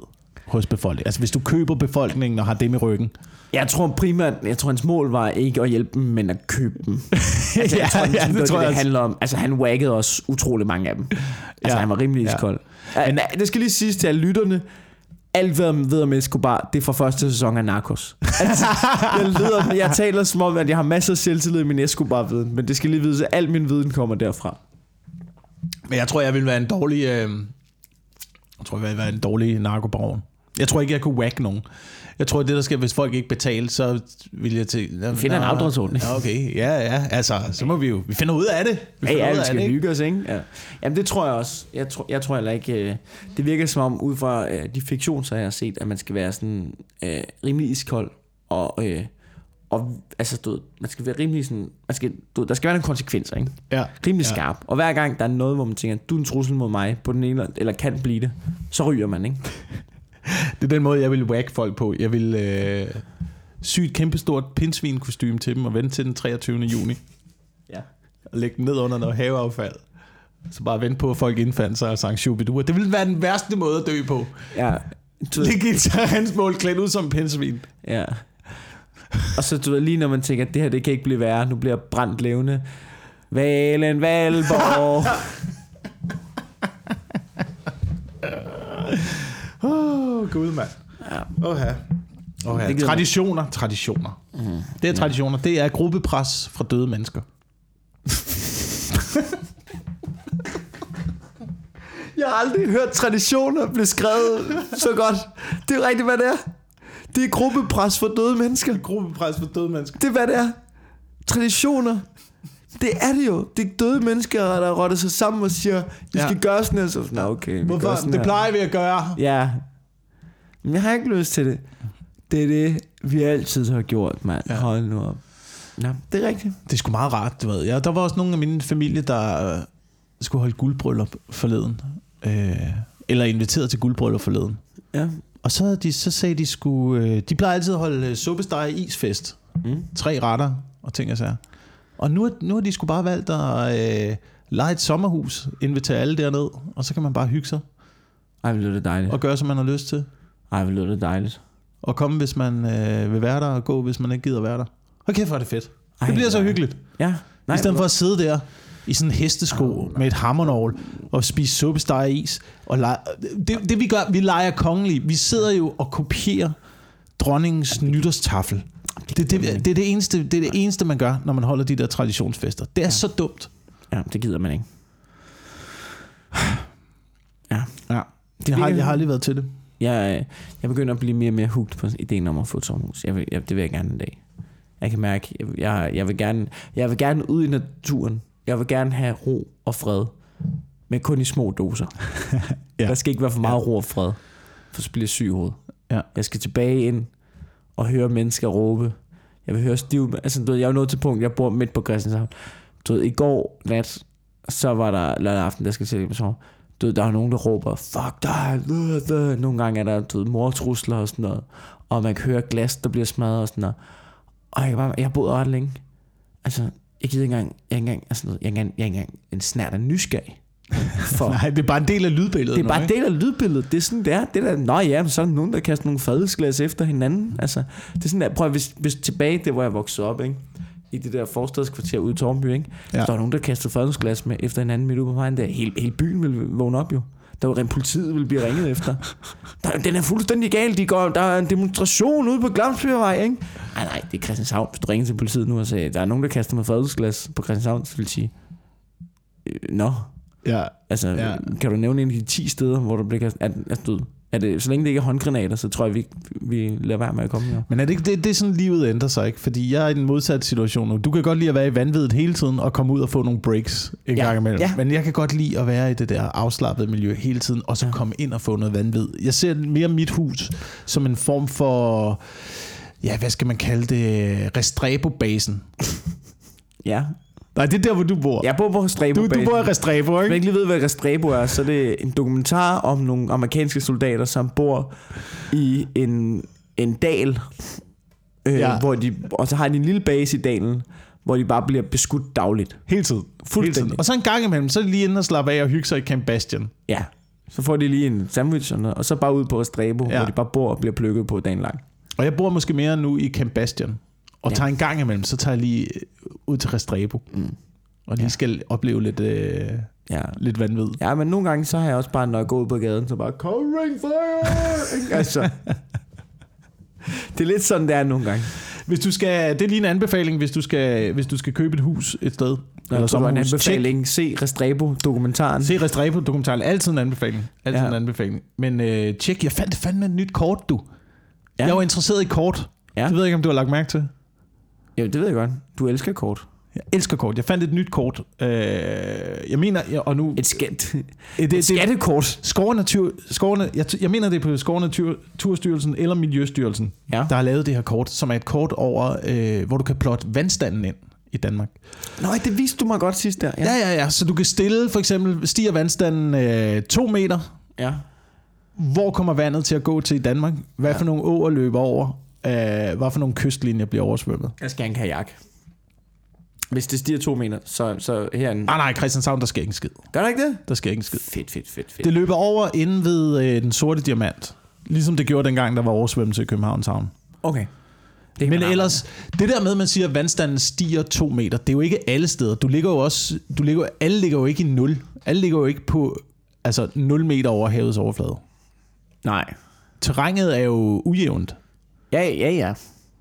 hos befolkningen? Altså hvis du køber befolkningen og har dem i ryggen. Jeg tror primært, jeg tror hans mål var ikke at hjælpe dem, men at købe dem. Altså, ja, jeg tror, ja, det, det, tror det, jeg det handler om. Altså han waggede også utrolig mange af dem. Altså ja. han var rimelig iskold. Ja. Men det skal lige siges til alle lytterne. Alt hvad jeg ved om Escobar, det er fra første sæson af Narcos. Altså, jeg, leder, jeg taler som om, at jeg har masser af selvtillid i min Escobar-viden, men det skal lige vide, at al min viden kommer derfra. Men jeg tror, jeg vil være en dårlig... Øh, jeg tror, jeg vil være en dårlig narkobaron. Jeg tror ikke, jeg kunne whack nogen. Jeg tror, det der sker, hvis folk ikke betaler, så vil jeg til... Vi finder en afdragsordning. Ja, okay. Ja, ja. Altså, så må vi jo... Vi finder ud af det. Vi ja, ja, vi skal det, hygge os, ikke? Ja. Jamen, det tror jeg også. Jeg tror, jeg tror heller ikke... Det virker som om, ud fra de fiktioner, jeg har set, at man skal være sådan øh, rimelig iskold og... Øh, og altså, du ved, man skal være rimelig sådan... Man skal, du ved, der skal være nogle konsekvenser, ikke? Ja. Rimelig ja. skarp. Og hver gang der er noget, hvor man tænker, du er en trussel mod mig på den ene, eller kan blive det, så ryger man, ikke? Det er den måde, jeg vil whack folk på. Jeg vil øh, sy et kæmpestort pindsvinkostyme til dem og vente til den treogtyvende juni. Ja. Og lægge den ned under noget haveaffald. Så bare vente på, at folk indfandt sig og sang Shubidua. Det ville være den værste måde at dø på. Ja. Ligge i hans mål klædt ud som pindsvin. Ja. Og så du ved, lige når man tænker, at det her det kan ikke blive værre, nu bliver jeg brændt levende. Valen Valborg. Åh, oh, gud mand. Ja. Oha. Oha. Traditioner, traditioner. Mm. Det er traditioner. Det er gruppepres fra døde mennesker. Jeg har aldrig hørt traditioner blive skrevet så godt. Det er rigtigt, hvad det er. Det er gruppepres for døde mennesker. Gruppepres for døde mennesker. Det er, hvad det er. Traditioner. Det er det jo. Det er døde mennesker, der rotter sig sammen og siger, vi skal ja. gøre sådan her. Så sådan, okay, hvorfor? Det her. Plejer vi at gøre. Ja. Men jeg har ikke lyst til det. Det er det, vi altid har gjort, mand. Ja. Hold nu op. Ja, det er rigtigt. Det er sgu meget rart, du ved. Ja, der var også nogle af mine familie, der øh, skulle holde guldbryllup forleden. Øh, eller inviteret til guldbryllup forleden. Ja. Og så, de, så sagde de skulle... Øh, de plejer altid at holde suppesteg og isfest. Mm. Tre retter og ting og sager. Og nu, nu har de sgu bare valgt at øh, lege et sommerhus, invitere alle derned, og så kan man bare hygge sig. Ej, hvor lyder det dejligt. Og gøre, som man har lyst til. Ej, hvor lyder det dejligt. Og komme, hvis man øh, vil være der, og gå, hvis man ikke gider være der. Hold kæft, hvor er det fedt. Ej, det bliver så hyggeligt. Ja. Nej, I stedet for at sidde der i sådan en hestesko oh, med et hammernål og spise suppesteg og is. Og lege. Det, det vi gør, vi leger kongelige. Vi sidder jo og kopierer dronningens nytårstaffel. Det, det, det, det, er det, eneste, det er det eneste, man gør, når man holder de der traditionsfester. Det er ja. så dumt. Ja, det gider man ikke. Ja. ja. Det jeg, har, jeg har aldrig været til det. Jeg, jeg begynder at blive mere og mere hooked på ideen om at få et sommerhus. Jeg vil, jeg, det vil jeg gerne en dag. Jeg kan mærke, jeg, jeg, jeg, vil gerne, jeg vil gerne ud i naturen. Jeg vil gerne have ro og fred. Men kun i små doser. ja. Der skal ikke være for meget ja. ro og fred. For så bliver jeg syg i hovedet. Ja. Jeg skal tilbage ind og høre mennesker råbe. Jeg vil høre stiv... Altså, du ved, jeg er jo nået til punkt, jeg bor midt på Christianshavn. Du ved, i går nat, så var der lørdag aften, der skal til at sove. Du ved, der er nogen, der råber, fuck dig, nogle gange er der, du ved, mortrusler og sådan noget. Og man kan høre glas, der bliver smadret og sådan noget. Og jeg, bare, jeg har boet ret længe. Altså, jeg gider ikke engang, jeg er ikke engang, altså, jeg er ikke engang, jeg er ikke engang en snært af nysgerrig. For, nej, det er bare en del af lydbilledet. Det er bare nu, en del af lydbilledet. Det er sådan, det er. Det er der, nå ja, så er der nogen, der kaster nogle fadelsglas efter hinanden. Altså, det er sådan der, prøv at hvis, hvis tilbage, det hvor jeg voksede op, ikke? I det der forstadskvarter ude i Tornby, ikke? Ja. Så der var nogen, der kastede fadelsglas med efter hinanden midt ude på vejen der. Hele, hele byen ville vågne op jo. Der var politiet ville blive ringet efter. Der, den er fuldstændig galt. De går, der er en demonstration ude på Glamsbjergvej, ikke? Nej, nej, det er Christianshavn. Hvis du ringer til politiet nu og siger, der er nogen, der kaster med fadelsglas på Christianshavn, så vil sige, nå. Ja. Altså, ja. Kan du nævne en af de ti steder, hvor du bliver kastet? Er, altså, er det, så længe det ikke er håndgranater, så tror jeg, vi, vi lader være med at komme her. Men er det ikke det, det er sådan, livet ændrer sig, ikke? Fordi jeg er i den modsatte situation nu. Du kan godt lide at være i vanviddet hele tiden og komme ud og få nogle breaks en ja. gang imellem. Ja. Men jeg kan godt lide at være i det der afslappede miljø hele tiden, og så ja. komme ind og få noget vanvid. Jeg ser mere mit hus som en form for, ja, hvad skal man kalde det, Restrepo-basen. Ja. Nej, det er der, hvor du bor. Jeg bor på Restrepo. Du, du bor i Restrepo, ikke? Hvis jeg ikke lige ved, hvad Restrepo er, så er det en dokumentar om nogle amerikanske soldater, som bor i en, en dal, øh, ja. hvor de, og så har de en lille base i dalen, hvor de bare bliver beskudt dagligt. Hele tiden. Fuldstændig. Og så en gang imellem, så er de lige inde og slappe af og hygge sig i Camp Bastion. Ja. Så får de lige en sandwich og, noget, og så bare ud på Restrepo, ja. Hvor de bare bor og bliver plukket på dagen lang. Og jeg bor måske mere nu i Camp Bastian. Og ja. tager en gang imellem, så tager jeg lige ud til Restrepo. Mm. Og lige ja. skal opleve lidt, øh, ja. lidt vanvid. Ja, men nogle gange så har jeg også bare, når jeg går ud på gaden, så bare, covering fire! altså. Det er lidt sådan, det er nogle gange. Hvis du skal, det er lige en anbefaling, hvis du skal, hvis du skal købe et hus et sted. Ja, eller så en anbefaling. Se Restrepo-dokumentaren. Se Restrepo-dokumentaren. Altid en anbefaling. Altid ja. en anbefaling. Men øh, tjek, jeg fandt fandme et nyt kort, du. Ja. Jeg var interesseret i kort. Ja. Det ved jeg ikke, om du har lagt mærke til. Jo, det ved jeg godt. Du elsker kort. Jeg elsker kort. Jeg fandt et nyt kort. Øh, jeg mener, jeg, og nu... Et, skat, et, et skattekort. Skov Natur, Skov, jeg, jeg mener, det er på Skov Naturstyrelsen eller Miljøstyrelsen, ja. der har lavet det her kort, som er et kort over, øh, hvor du kan plotte vandstanden ind i Danmark. Nå, det viste du mig godt sidst der. Ja, ja, ja. ja. Så du kan stille, for eksempel, stiger vandstanden øh, to meter. Ja. Hvor kommer vandet til at gå til i Danmark? Hvad ja. for nogle åer løber over? Øh, hvad for nogle kystlinjer bliver oversvømmet? Jeg skal have en kajak. Hvis det stiger to meter, så, så her en... Ah, nej, Christianshavn, der sker ikke en skid. Gør der ikke det? Der sker ikke en skid. Fedt, fedt, fedt, fedt. Det løber over inde ved øh, den sorte diamant. Ligesom det gjorde dengang, der var oversvømmelse i Københavns Havn. Okay. Det Men ellers, det der med, at man siger, at vandstanden stiger to meter, det er jo ikke alle steder. Du ligger jo også... Du ligger, alle ligger jo ikke i nul. Alle ligger jo ikke på altså nul meter over havets overflade. Nej. Terrænet er jo ujævnt. Ja, ja, ja.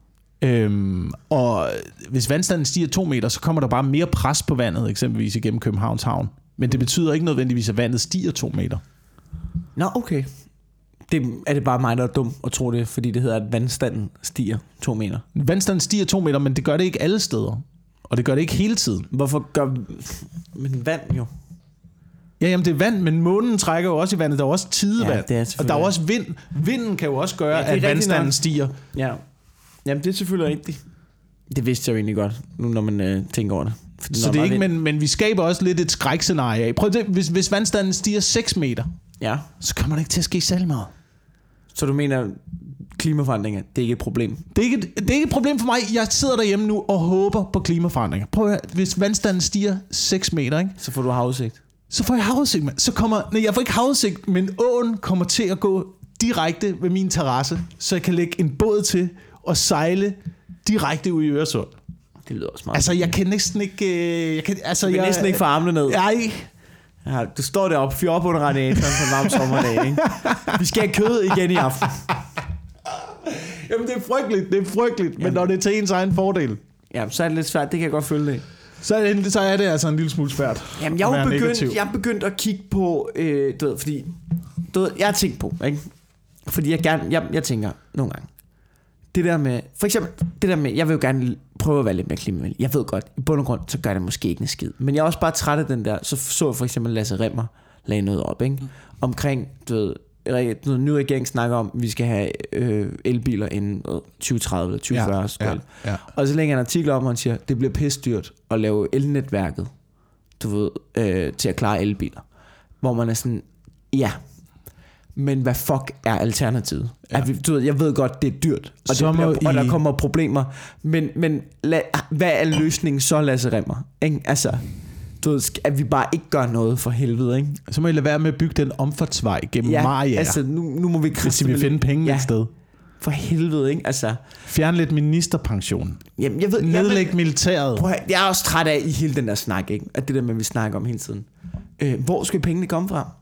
Øhm, og hvis vandstanden stiger to meter, så kommer der bare mere pres på vandet, eksempelvis igennem Københavns Havn. Men det betyder ikke nødvendigvis, at vandet stiger to meter. Nå, okay. Det, er det bare mig, der er dum at tro det, fordi det hedder, at vandstanden stiger to meter? Vandstanden stiger to meter, men det gør det ikke alle steder. Og det gør det ikke hele tiden. Hvorfor gør... Men vand jo... Ja, jamen det er vand, men månen trækker jo også i vandet. Der er også tidevand, ja, og der er også vind. Vinden kan jo også gøre, ja, at vandstanden nok. stiger. Ja, jamen det er selvfølgelig rigtigt. Det vidste jeg jo egentlig godt, nu når man øh, tænker over det. Fordi så det er ikke, men, men vi skaber også lidt et skrækscenarie af. Prøv det, hvis, hvis vandstanden stiger seks meter, ja. så kommer det ikke til at ske særlig meget. Så du mener, klimaforandringer, det er ikke et problem? Det er ikke, det er ikke et problem for mig. Jeg sidder derhjemme nu og håber på klimaforandringer. Prøv at høre, hvis vandstanden stiger seks meter, ikke? Så får du havudsigt. Så får jeg havudsigt, man. Så kommer, nej, jeg får ikke havudsigt, men åen kommer til at gå direkte ved min terrasse, så jeg kan lægge en båd til og sejle direkte ud i Øresund. Det lyder også meget. Altså, jeg kan næsten ikke... Jeg kan, altså, du kan jeg, næsten ikke få armene ned. Nej. Ja, du står deroppe, fyrer op under radiatoren på en varm sommerdag, ikke? Vi skal have kød igen i aften. Jamen, det er frygteligt, det er frygteligt, Jamen. Men når det er til ens egen fordel. Ja, så er det lidt svært, det kan jeg godt følge det. Så er, det, så er det altså en lille smule svært. Jamen, jeg er begyndt, jeg er begyndt at kigge på, øh, du ved, fordi, du ved, jeg har tænkt på, ikke? Fordi jeg gerne, jeg, jeg tænker nogle gange, det der med, for eksempel, det der med, jeg vil jo gerne prøve at være lidt mere klimavenlig. Jeg ved godt, i bund og grund, så gør det måske ikke en skid. Men jeg er også bare træt af den der, så så jeg for eksempel Lasse Rimmer lagde noget op, ikke? Omkring, du ved, noget ny regering snakker om, at vi skal have øh, elbiler inden tyve tredive eller tyve fyrre. Ja, ja, ja. Og så lægger han en artikel om, og han siger, det bliver pissedyrt at lave elnetværket, du ved, øh, til at klare elbiler. Hvor man er sådan, ja, men hvad fuck er alternativet? Ja. Vi, du ved, jeg ved godt, det er dyrt, og, det bliver, I... og der kommer problemer, men, men la, hvad er løsningen så, Lasse Rimmer? Ikke? Altså... Du ved, at vi bare ikke gør noget for helvede, ikke? Så må I lade være med at bygge den omfartsvej gennem ja, Maria. altså nu, nu må vi Hvis vi finder penge ja, et sted. For helvede, ikke? Altså, fjern lidt ministerpension. Jamen, jeg ved, Nedlæg jeg, militæret. Prøv, jeg er også træt af i hele den der snak, ikke? At det der med, vi snakker om hele tiden. Øh, hvor skal pengene komme fra?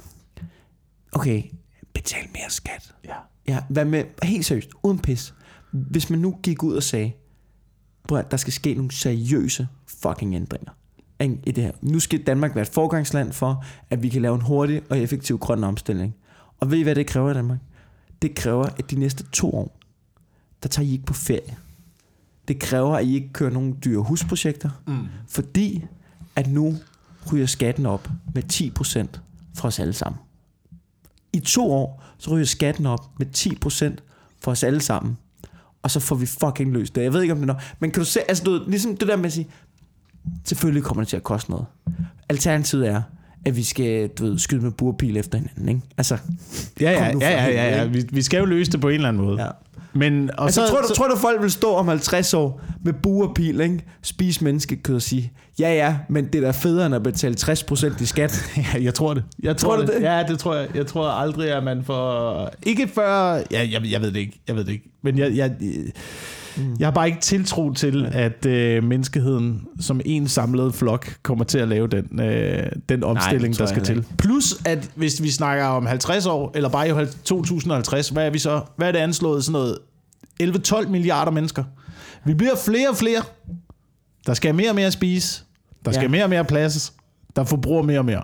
Okay, betal mere skat. Ja. Ja, hvad med, helt seriøst, uden pis. Hvis man nu gik ud og sagde, prøv at der skal ske nogle seriøse fucking ændringer i det her. Nu skal Danmark være et forgangsland for, at vi kan lave en hurtig og effektiv grøn omstilling. Og ved I, hvad det kræver i Danmark? Det kræver, at de næste to år, der tager I ikke på ferie. Det kræver, at I ikke kører nogle dyre husprojekter, mm. fordi at nu ryger skatten op med ti procent for os alle sammen. I to år, så ryger skatten op med ti procent for os alle sammen. Og så får vi fucking løst det. Jeg ved ikke, om det er nok. Men kan du se, altså du ved, ligesom det der med at sige, selvfølgelig kommer det til at koste noget. Alternativet er, at vi skal, du ved, skyde med burpil efter hinanden, ikke? Altså, ja, ja, ja, ja, ja, ja. Vi, vi skal jo løse det på en eller anden måde. Ja. Men, og altså, så, tror, du, så, tror du, folk vil stå om halvtreds år med bue og pil, ikke? Spise menneskekød og sige, ja ja, men det er da federe end at betale tres procent i skat. Ja, jeg tror det. Jeg tror, tror det. det. Ja, det tror jeg. Jeg tror aldrig, at man får... Ikke før... Ja, jeg, jeg ved det ikke. Jeg ved det ikke. Men jeg, jeg, mm. jeg har bare ikke tiltro til, at øh, menneskeheden som en samlet flok kommer til at lave den, øh, den omstilling, Nej, der skal til. Ikke. Plus, at hvis vi snakker om halvtreds år, eller bare i to tusind og halvtreds, hvad er vi så? Hvad er det anslået? Sådan noget elleve tolv milliarder mennesker. Vi bliver flere og flere. Der skal mere og mere at spise. Der skal ja. mere og mere plads. Der forbruger mere og mere.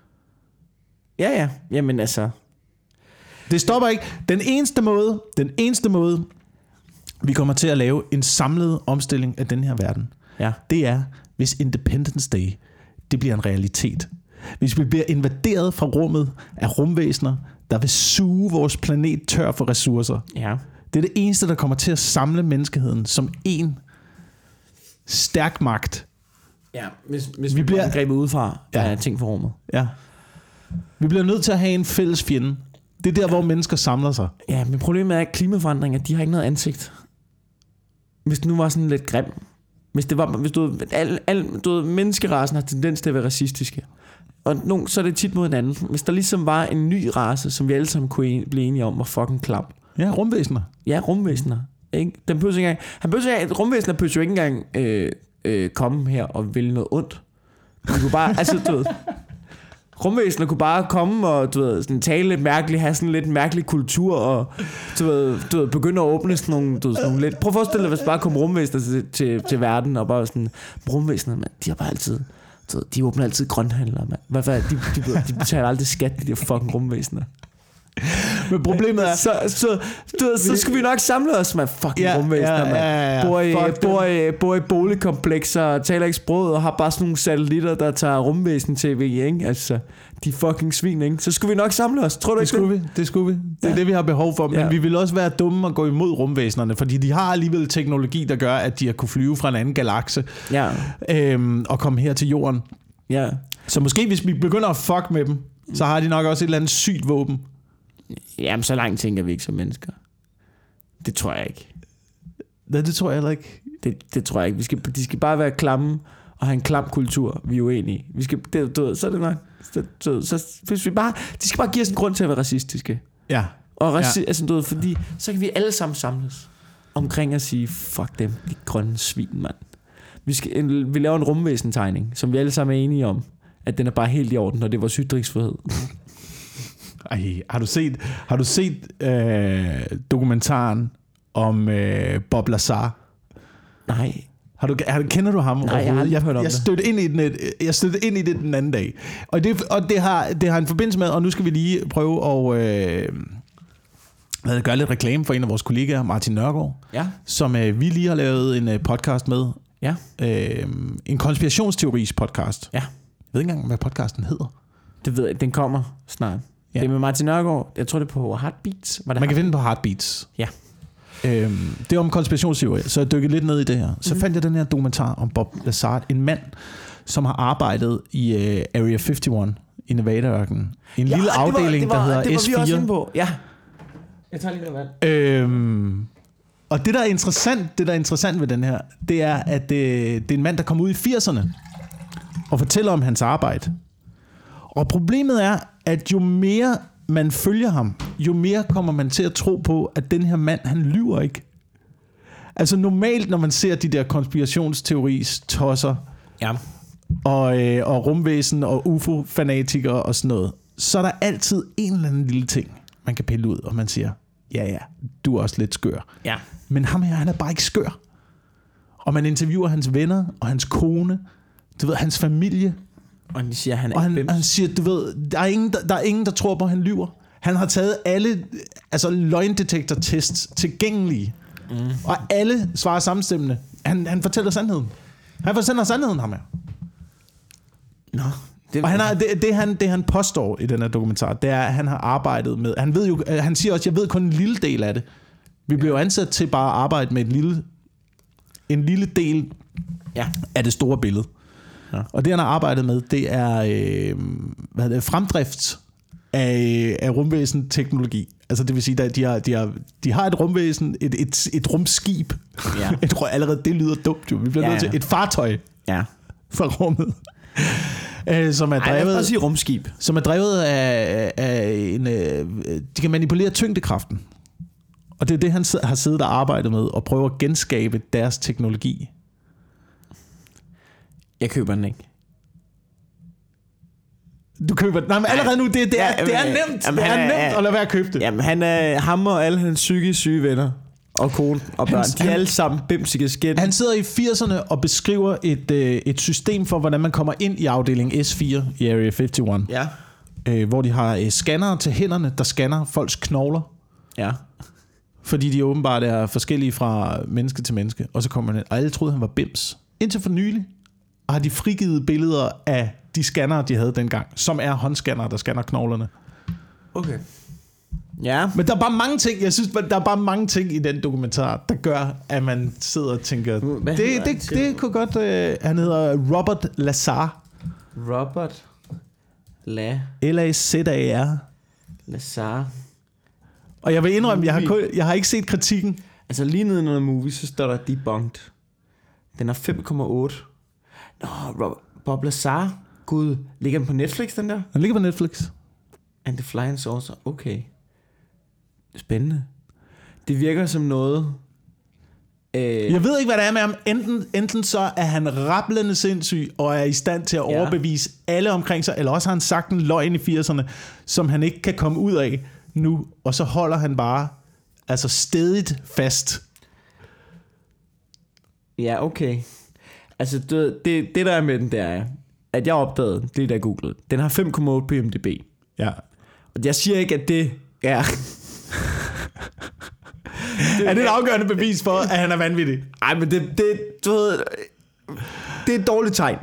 Ja, ja. Jamen altså... Det stopper ikke. Den eneste måde, den eneste måde, vi kommer til at lave en samlet omstilling af den her verden, ja. det er, hvis Independence Day, det bliver en realitet. Hvis vi bliver invaderet fra rummet af rumvæsener, der vil suge vores planet tør for ressourcer. Ja. Det er det eneste, der kommer til at samle menneskeheden som en stærk magt. Ja, hvis, hvis vi, vi bliver grebet udefra ja. af ting for rummet. Ja. Vi bliver nødt til at have en fælles fjende. Det er der, hvor mennesker samler sig. Ja, men problemet er, at klimaforandringer, de har ikke noget ansigt. Hvis det nu var sådan lidt grim. Hvis det var, hvis du, al, al, du ved, menneskerasen har tendens til at være racistiske. Og nu, så er det tit mod en anden. Hvis der ligesom var en ny race, som vi alle sammen kunne blive enige om, var fucking klam. Ja, rumvæsener. Ja, rumvæsener. Ikke? Den behøver ikke engang, han behøver ikke engang, rumvæsener behøver jo ikke engang øh, øh, komme her og vælge noget ondt. Man kunne bare, altså du ved, rumvæsener kunne bare komme og du ved, sådan, tale lidt mærkeligt, have sådan lidt mærkelig kultur og du ved, du ved, begynde at åbne sådan nogle, du ved, sådan nogle lidt... Prøv at forestille dig, hvis bare kom rumvæsener til, til, til verden og bare sådan... Rumvæsener, man, de har bare altid... Du ved, de åbner altid grønthandler, mand. Hvad, hvad, de, de, de, de betaler aldrig skat, de der fucking rumvæsener. Men problemet er... Så, så, du ved, så skal vi nok samle os med fucking ja, rumvæsener, ja, mand. ja, ja. Bor i, bor, i, bor i boligkomplekser, taler ikke sproget og har bare sådan nogle satellitter, der tager rumvæsen-tv, ikke? Altså, de fucking svin, ikke? Så skulle vi nok samle os, tror du det ikke skulle det? Vi. Det skulle vi. Det er ja. det, vi har behov for. Men ja. vi vil også være dumme og gå imod rumvæsenerne, fordi de har alligevel teknologi, der gør, at de har kunne flyve fra en anden galakse ja. øhm, og komme her til jorden. Ja. Så måske, hvis vi begynder at fuck med dem, så har de nok også et eller andet sygt våben. Jamen, så langt tænker vi ikke som mennesker. Det tror jeg ikke. Nej, det tror jeg heller ikke. Det, det tror jeg ikke. Vi skal, de skal bare være klamme og have en klam kultur. Vi er uenige. Vi skal, det, du, så er det nok. Så, så, så, hvis vi bare, de skal bare give os en grund til at være racistiske. Ja. Og raci- ja. Altså, du, fordi så kan vi alle sammen samles omkring at sige, fuck dem, de grønne svin, mand. Vi, skal, vi laver en rumvæsentegning, som vi alle sammen er enige om, at den er bare helt i orden, og det er vores ytringsfrihed. Ej, har du set, har du set øh, dokumentaren om øh, Bob Lazar? Nej. Har du, har, kender du ham? Nej, jeg har aldrig hørt om jeg, jeg stødte ind i den, jeg stødte ind i det den anden dag. Og det, og det har det har en forbindelse med, og nu skal vi lige prøve at øh, gøre lidt reklame for en af vores kollegaer, Martin Nørgaard, ja. som øh, vi lige har lavet en øh, podcast med. Ja. Øh, en konspirationsteoris podcast. Ja. Jeg ved ikke engang, hvad podcasten hedder. Det ved jeg, den kommer snart. Ja. Det er med Martin Nørgaard. Jeg tror, det er på Heartbeats. Var det Man kan finde den på Heartbeats. Ja. Øhm, det er om konspirationsteorier, så jeg dykkede lidt ned i det her. Så mm. fandt jeg den her dokumentar om Bob Lazar, en mand, som har arbejdet i uh, Area enoghalvfems i Nevada-ørkenen. En ja, lille det afdeling, var, det var, der hedder det var S fire. Vi også inde på. Ja. Jeg tager lige noget vand. Øhm, og det der er interessant, det der er interessant ved den her, det er, at det, det er en mand, der kommer ud i firserne og fortæller om hans arbejde. Og problemet er, at jo mere man følger ham, jo mere kommer man til at tro på, at den her mand, han lyver ikke. Altså normalt, når man ser de der konspirationsteoris tosser, ja. og, øh, og rumvæsen og U F O-fanatikere og sådan noget, så er der altid en eller anden lille ting, man kan pille ud, og man siger, ja ja, du er også lidt skør. Ja. Men ham her, han er bare ikke skør. Og man interviewer hans venner og hans kone, du ved, hans familie. Og han siger, han er og han, han siger, du ved, der er, ingen, der, der er ingen, der tror på, at han lyver. Han har taget alle altså løgndetektortests tilgængelige. Mm. Og alle svarer samstemmende. Han, han fortæller sandheden. Han fortæller sandheden, ham her. Nå. Det, og han har, det, det, han, det han påstår i den her dokumentar, det er, at han har arbejdet med... Han, ved jo, han siger også, jeg ved kun en lille del af det. Vi bliver jo ansat til bare at arbejde med et lille, en lille del ja. af det store billede. Ja. Og det, han har arbejdet med, det er, øh, hvad er det, fremdrift af, af rumvæsen-teknologi. Altså det vil sige, at de har, de har, de har et rumvæsen, et, et, et rumskib. Ja. Jeg tror allerede, det lyder dumt jo. Vi bliver ja, nødt til et fartøj ja. fra rummet. Øh, som er drevet, Ej, lad os sige rumskib. Som er drevet af, af en... Øh, de kan manipulere tyngdekraften. Og det er det, han har siddet og arbejdet med, og prøver at genskabe deres teknologi. Jeg køber den ikke. Du køber den? Nej, men allerede nu, det, det, er, ja, det er nemt. Jamen, det er nemt er, at lade være at købe det. Jamen, han er ham og alle hans psykisk syge venner. Og kone og børn. Han, de er alle sammen bimsige skænd. Han sidder i firserne og beskriver et, øh, et system for, hvordan man kommer ind i afdeling S fire i Area femoghalvfems. Ja. Øh, hvor de har øh, scannere til hænderne, der scanner folks knogler. Ja. Fordi de åbenbart er forskellige fra menneske til menneske. Og så kommer man ind, og alle troede, han var bims. Indtil for nylig har de frigivet billeder af de scannere, de havde dengang. Som er håndscannere, der scanner knoglerne. Okay. Ja. Men der er bare mange ting, jeg synes, der er bare mange ting i den dokumentar, der gør, at man sidder og tænker, det, det, det, det kunne godt, øh, han hedder Robert Lazar. Robert La L A Z A R Lazar. Og jeg vil indrømme, jeg har, kun, jeg har ikke set kritikken. Altså lige nede i noget movie, så står der debunked. Den er fem komma otte. Nå, Robert, Bob Lazar. Gud, ligger den på Netflix, den der? Den ligger på Netflix. And the Flying Saucer, okay. Spændende. Det virker som noget... Øh... Jeg ved ikke, hvad det er med ham. Enten, enten så er han rablende sindssyg, og er i stand til at ja. overbevise alle omkring sig, eller også har han sagt en løgn i firserne, som han ikke kan komme ud af nu, og så holder han bare altså stædigt fast. Ja, okay. Altså, det, det, det der er med den, der er, at jeg opdagede, det der Google, den har fem komma otte på I M D B. Ja. Og jeg siger ikke, at det er... det, er det et afgørende bevis for, at han er vanvittig? Nej, men det, det, du ved, det er et dårligt tegn.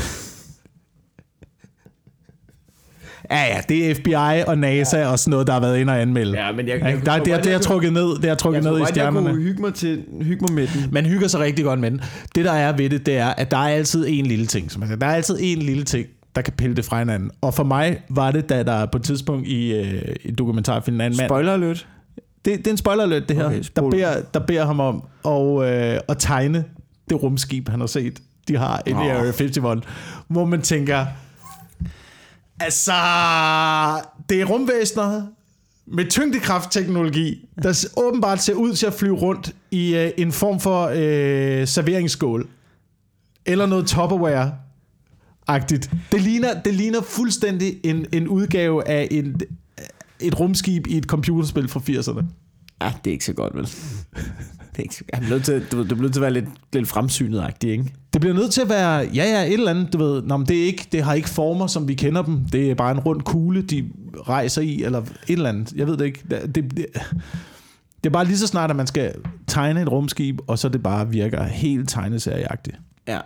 Ja, ja, det er F B I og NASA ja. og sådan noget, der har været inde og anmelde. Ja, men jeg, jeg, jeg, der, det, det er trukket ned, det er trukket ned i stjernerne. Jeg kunne hygge mig, til, hygge mig med den. Man hygger sig rigtig godt med den. Det, der er ved det, det er, at der er altid en lille ting. Som der er altid en lille ting, der kan pille det fra hinanden. Og for mig var det, da der på et tidspunkt i, øh, i dokumentarfilmen er en mand... Spoiler alert. Det, det er en spoiler alert, det her. Okay, der, beder, der beder ham om at, øh, at tegne det rumskib, han har set. De har i Area femoghalvfems, hvor man tænker... Altså, det er rumvæsener med tyngdekraftteknologi, der åbenbart ser ud til at flyve rundt i øh, en form for øh, serveringsskål. Eller noget Tupperware-agtigt. Det ligner, det ligner fuldstændig en, en udgave af en, et rumskib i et computerspil fra firserne. Ja, det er ikke så godt, vel? Det er ikke så, jeg er nødt til, du, du bliver nødt til at være lidt, lidt fremsynet-agtig, ikke? Det bliver nødt til at være, ja ja, et eller andet, du ved, nå, men det, er ikke, det har ikke former, som vi kender dem. Det er bare en rund kugle, de rejser i, eller et eller andet. Jeg ved det ikke. Det, det, det er bare lige så snart, at man skal tegne et rumskib, og så det bare virker helt tegneserieagtigt. Ja.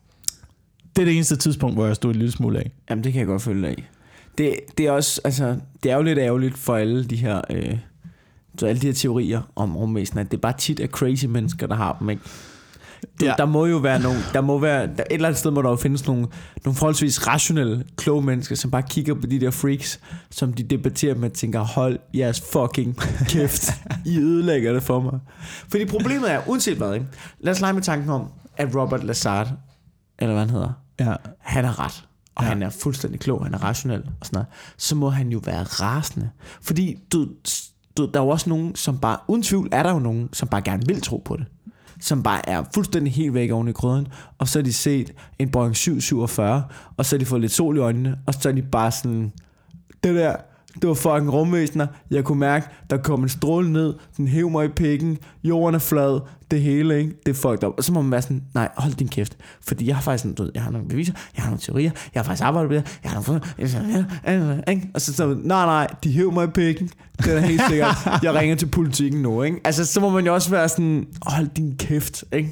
Det er det eneste tidspunkt, hvor jeg stod en lille smule af. Jamen, det kan jeg godt følge af. Det, det er også, altså, det er jo lidt ærgerligt for alle de her... Øh Så alle de her teorier om rumvæsener, at det er bare tit af crazy mennesker, der har dem, ikke? Du, ja. Der må jo være nogle, der må være, der, et eller andet sted må der jo findes nogle, nogle forholdsvis rationelle, kloge mennesker, som bare kigger på de der freaks, som de debatterer med og tænker, hold jeres fucking kæft, I ødelægger det for mig. Fordi problemet er, uanset hvad, ikke? Lad os lege med tanken om, at Robert Lazar, eller hvad han hedder, ja. han er ret. Og ja. han er fuldstændig klog, han er rationel og sådan noget. Så må han jo være rasende. Fordi du... Der er jo også nogen, som bare, uden tvivl er der jo nogen, som bare gerne vil tro på det. Som bare er fuldstændig helt væk oven i krydderen. Og så har de set en Boeing syv syvogfyrre, og så har de fået lidt sol i øjnene, og så er de bare sådan, det der, det var fucking rumvæsener. Jeg kunne mærke, der kom en stråle ned, den hæv mig i pikken, jorden er flad, det hele, ikke? Det er fucked up. Og så må man være sådan, nej, hold din kæft. Fordi jeg har faktisk, du ved, jeg har nogle beviser, jeg har nogle teorier, jeg har faktisk arbejdet med det, jeg har nogle... Ikke? Og så så nej, nej, de hæv mig i pikken. Det er helt sikkert. Jeg ringer til politikken nu, ikke? Altså, så må man jo også være sådan, hold din kæft, ikke?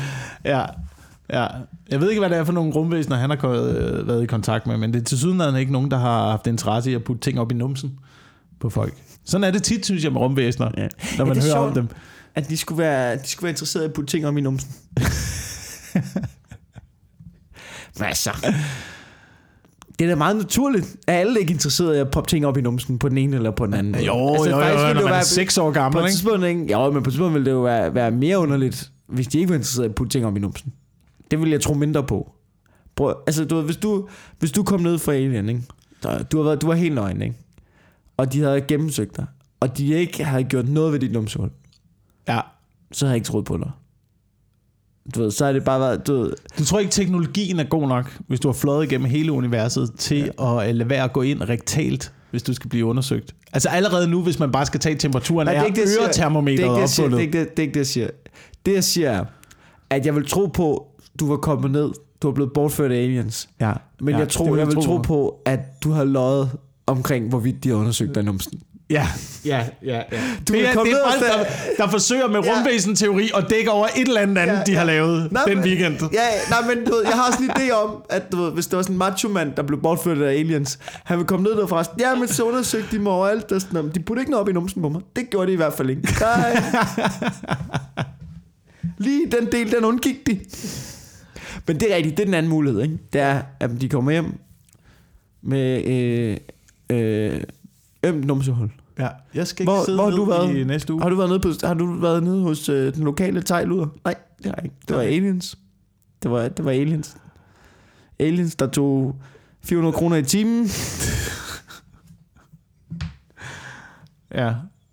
Ja, ja. Jeg ved ikke, hvad det er for nogle rumvæsener, han har været i kontakt med, men det er tilsyneladende ikke nogen, der har haft interesse i at putte ting op i numsen på folk. Sådan er det tit, synes jeg, med rumvæsener, ja. Når man hører om dem. At de skulle være, de skulle være interesserede i at putte ting op i numsen. Hvad så? Det er da meget naturligt. Er alle ikke interesseret i at poppe ting op i numsen på den ene eller på den anden? Jo, altså, jo, jo, jo, jo når man er seks år gammel, ikke? ikke? Jo, men på et tidspunkt ville det jo være, være mere underligt, hvis de ikke var interesseret i at putte ting op i numsen. Det vil jeg tro mindre på. Prøv, altså, du, hvis, du, hvis du kom ned fra Alien, ikke? Du, har været, du var helt nøgen, ikke? Og de havde gennemsøgt dig, og de ikke havde gjort noget ved dit numsehul, ja, så havde jeg ikke troet på dig. Du ved, så er det bare været, du ved. Du tror ikke, teknologien er god nok, hvis du har fløjet igennem hele universet, til ja. at lade være at gå ind rektalt, hvis du skal blive undersøgt? Altså allerede nu, hvis man bare skal tage temperaturen, nej, er øretermometeret opfundet. Det er ikke det, jeg siger. Det jeg siger er, at jeg vil tro på, du var kommet ned, du er blevet bortført af aliens. Ja. Men ja, jeg tror, jeg vil tro på. på, at du har løjet omkring, hvorvidt de har undersøgt dig numsen. Ja, ja, ja, ja. Du det er, det er folk, der, der forsøger med ja. rumvæsen-teori at dække over et eller andet, andet ja, ja. de har lavet nej, den men, weekend. Ja, nej, men du ved, jeg har også en idé om, at du ved, hvis det var sådan en macho-mand, der blev bortført af aliens, han ville komme ned der forresten. Ja, men så undersøgte de mig overalt. Der sådan, de puttede ikke noget op i numsen på mig. Det gjorde de i hvert fald ikke. Nej. Lige den del, den undgik de. Men det er rigtigt, det er den anden mulighed, ikke? Det er, at de kommer hjem med øh, øh, ømt numsehul. Ja, jeg skal ikke hvor, sidde hvor ned du været, i næste uge. Har du været nede, på, har du været nede hos øh, den lokale thai-luder? Nej, det har jeg ikke. Det var aliens. Det var, det var aliens. Aliens, der tog fire hundrede kroner i timen. Ja.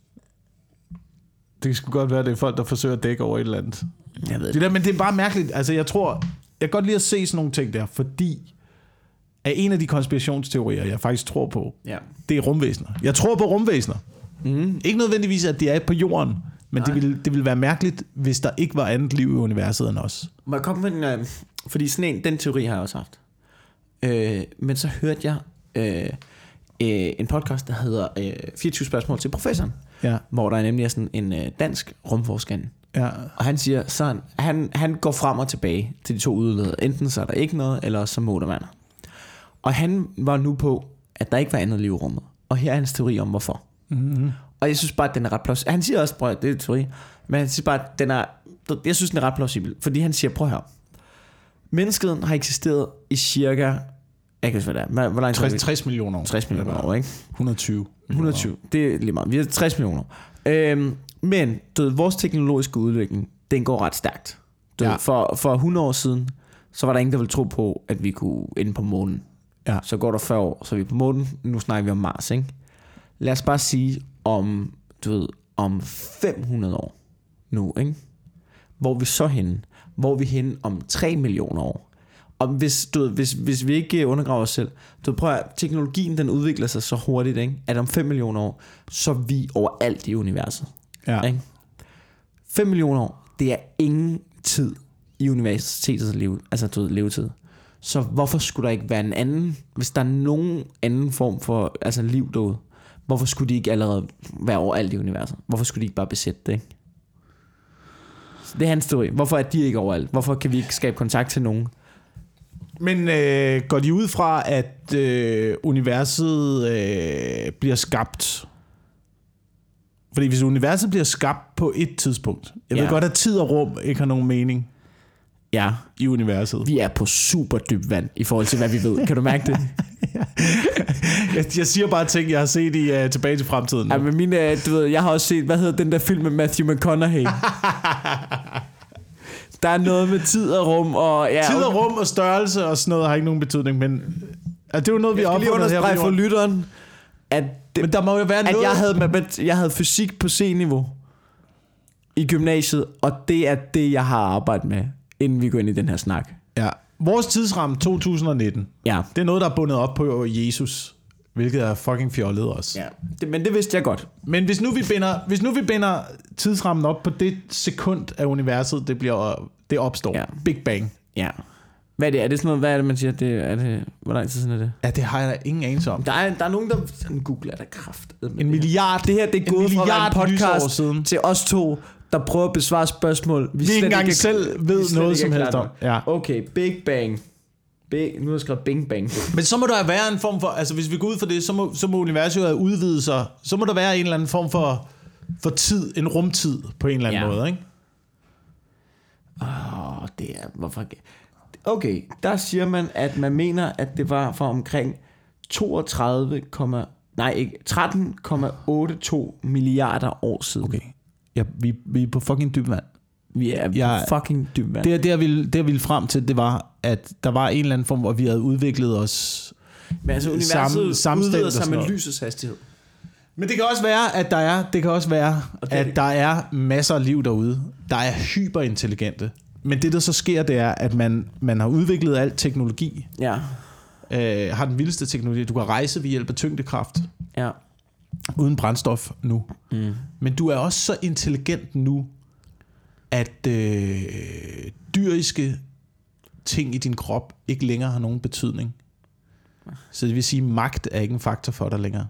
Det kan sgu godt være, det er folk, der forsøger at dække over et eller andet. Jeg ved det. Det der, men det er bare mærkeligt. Altså, jeg tror... Jeg kan godt lide at se sådan nogle ting der, fordi... at en af de konspirationsteorier, jeg faktisk tror på, ja. det er rumvæsener. Jeg tror på rumvæsener. Mm. Ikke nødvendigvis, at de er på jorden, men det ville, det ville være mærkeligt, hvis der ikke var andet liv i universet end os. Må jeg komme med en... Øh, fordi sådan en, den teori har jeg også haft. Øh, men så hørte jeg øh, øh, en podcast, der hedder øh, fireogtyve spørgsmål til professoren, ja. hvor der er nemlig er sådan en øh, dansk rumforsker. Ja. Og han siger sådan, han, han går frem og tilbage til de to udledere. Enten så er der ikke noget, eller så må der være. Og han var nu på, at der ikke var andet liv i rummet. Og her er hans teori om, hvorfor. Mm-hmm. Og jeg synes bare, at den er ret plausibel. Han siger også, prøv at det er teori, men han siger bare, at den er, jeg synes, den er ret plausibel. Fordi han siger, prøv her. Mennesket har eksisteret i cirka, jeg kan ikke hvad det er. Hvor langt tres, tres millioner år. tres millioner år, ikke? et hundrede og tyve. et hundrede og tyve, det er lige meget. Vi har tres millioner år. Øhm, men du ved, vores teknologiske udvikling, den går ret stærkt. Du ja. ved, for, for hundrede år siden, så var der ingen, der ville tro på, at vi kunne ende på månen. Ja. Så går der fyrre år, så er vi på månen. Nu snakker vi om Mars, ikke? Lad os bare sige om, du ved, om fem hundrede år nu, ikke? Hvor er vi så henne? Hvor er vi henne om tre millioner år? Og hvis, du ved, hvis, hvis vi ikke undergraver os selv, du ved, prøv at, teknologien den udvikler sig så hurtigt, ikke? At om fem millioner år, så er vi overalt i universet. Ja. Ikke? fem millioner år, det er ingen tid i universitetets liv, altså du ved, levetid. Så hvorfor skulle der ikke være en anden, hvis der er nogen anden form for altså liv derude, hvorfor skulle de ikke allerede være overalt i universet? Hvorfor skulle de ikke bare besætte det, ikke? Så det er hans teori. Hvorfor er de ikke overalt? Hvorfor kan vi ikke skabe kontakt til nogen? Men øh, går de ud fra, at øh, universet øh, bliver skabt? Fordi hvis universet bliver skabt på et tidspunkt, jeg ja. ved godt, at tid og rum ikke har nogen mening. Ja, i universet. Vi er på super dyb vand i forhold til hvad vi ved. Kan du mærke det? jeg, jeg siger bare ting jeg har set i uh, Tilbage til fremtiden. Ja, men mine, du ved, jeg har også set, hvad hedder den der film med Matthew McConaughey? Der er noget med tid og rum og ja, tid og rum og størrelse og sådan noget har ikke nogen betydning, men ja, det er jo noget vi har opfundet her. Jeg skal lige understrege for lytteren, at det, men der må jo være at noget. Jeg havde jeg havde fysik på C-niveau i gymnasiet, og det er det jeg har arbejdet med, inden vi går ind i den her snak. Ja. Vores tidsramme to tusind og nitten. Ja. Det er noget der er bundet op på Jesus, hvilket er fucking fjollet også. Ja. Det, men det vidste jeg godt. Men hvis nu vi binder, hvis nu vi binder tidsrammen op på det sekund af universet, det bliver det opstår. Ja. Big Bang. Ja. Hvad er det? Er det sådan noget, hvad er det man siger? Det, er det, hvor lang tid siden er det? Ja, det har jeg da ingen anelse om. Der er, der er nogen der sådan Google er der kraft. En milliard. Det her det er gået fra en podcast siden til os to, der prøver at besvare spørgsmål vi, vi ikke engang ikke selv ved noget som helst om. Ja. Okay, Big Bang. Big, nu har jeg skrevet Bing Bang. Men så må der være en form for, altså hvis vi går ud for det, så må, så må universet jo udvide sig. Så må der være en eller anden form for, for tid, en rumtid på en eller anden ja. måde, ikke? Åh, oh, det er hvorfor Okay, der siger man, at man mener, at det var for omkring toogtredive, nej ikke, tretten komma otteogtyve milliarder år siden. Okay. Ja, vi, vi er på fucking dyb vand. Vi er på Jeg- fucking dyb vand. Det, det, jeg ville, det, jeg ville frem til, det var, at der var en eller anden form, hvor vi havde udviklet os. Men altså, universet Sam- samstemt udvider og sig sådan med noget. lysets hastighed. Men det kan også være, at der er, det kan også være, Og det er at det. der er masser af liv derude, der er hyperintelligente. Men det, der så sker, det er, at man, man har udviklet alt teknologi. Ja, Øh, har den vildeste teknologi. Du kan rejse ved hjælp af tyngdekraft. ja. Uden brændstof nu. Mm. Men du er også så intelligent nu, at øh, dyriske ting i din krop ikke længere har nogen betydning. Så det vil sige, at magt er ikke en faktor for dig længere.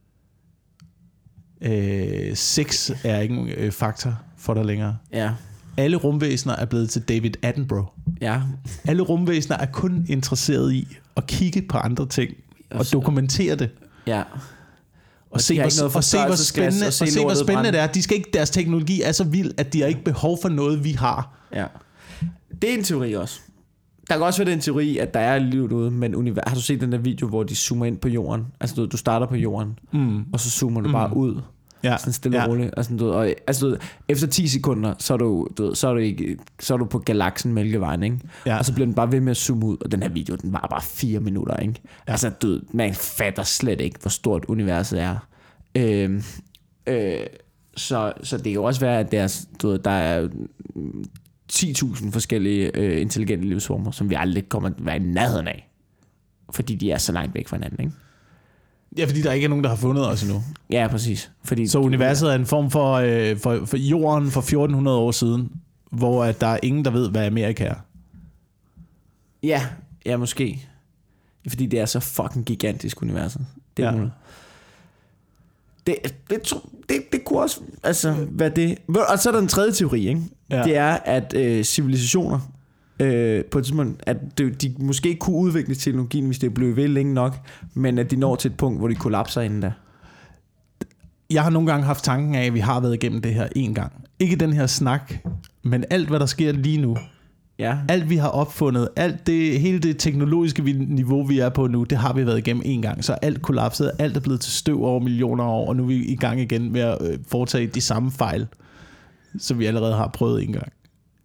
Øh, sex er ikke en øh, faktor for dig længere. Ja, Alle rumvæsener er blevet til David Attenborough. ja. Alle rumvæsener er kun interesseret i at kigge på andre ting og Og så- dokumentere det. Ja. Og de se, har hvor, ikke noget og se, hvor forstørrelsesglas, spændende, og og se se, hvor lortet spændende brænde. det er. De skal ikke, deres teknologi er så vild, at de har ikke behov for noget, vi har. Ja. Det er en teori også. Der kan også være den teori, at der er liv derude, men univers... Har du set den der video, hvor de zoomer ind på jorden? Altså, du, ved, du starter på jorden, Mm. og så zoomer du mm. bare ud. Ja. Sådan stille og Ja. roligt. Og sådan, du ved, og, altså, du ved, efter ti sekunder, så er du, du ved, så er du, ikke, så er du på galaksen Mælkevejen, ikke? Ja. Og så bliver den bare ved med at zoome ud, og den her video, den var bare fire minutter, ikke? Ja. Altså, du ved, man fatter slet ikke, hvor stort universet er. Øh, øh, så, så det kan jo også være, at der, er, du ved, der er mm, ti tusind forskellige øh, intelligente livsformer, som vi aldrig kommer til at være i nærheden af. Fordi de er så langt væk fra hinanden, ikke? Ja, fordi der ikke er nogen, der har fundet os endnu. Ja, præcis. Fordi Så universet er en form for, øh, for, for jorden for fjorten hundrede år siden, hvor at der er ingen, der ved, hvad Amerika er. Ja, ja, måske. Fordi det er så fucking gigantisk, universet. Det er Ja. ja. det, det, tro- det, det kunne også altså, være det. Og så er der en tredje teori, ikke? Ja. Ja. Det er, at øh, civilisationer øh, på et tidspunkt, at det, de måske ikke kunne udvikle teknologien, hvis det blev ved længe nok, men at de når til et punkt, hvor de kollapser inden da. Jeg har nogle gange haft tanken af, at vi har været igennem det her en gang. Ikke den her snak, men alt, hvad der sker lige nu. Ja. Alt, vi har opfundet, alt det, hele det teknologiske vi- niveau, vi er på nu, det har vi været igennem en gang. Så alt kollapset, alt er blevet til støv over millioner af år, og nu er vi i gang igen med at øh, foretage de samme fejl, som vi allerede har prøvet en gang.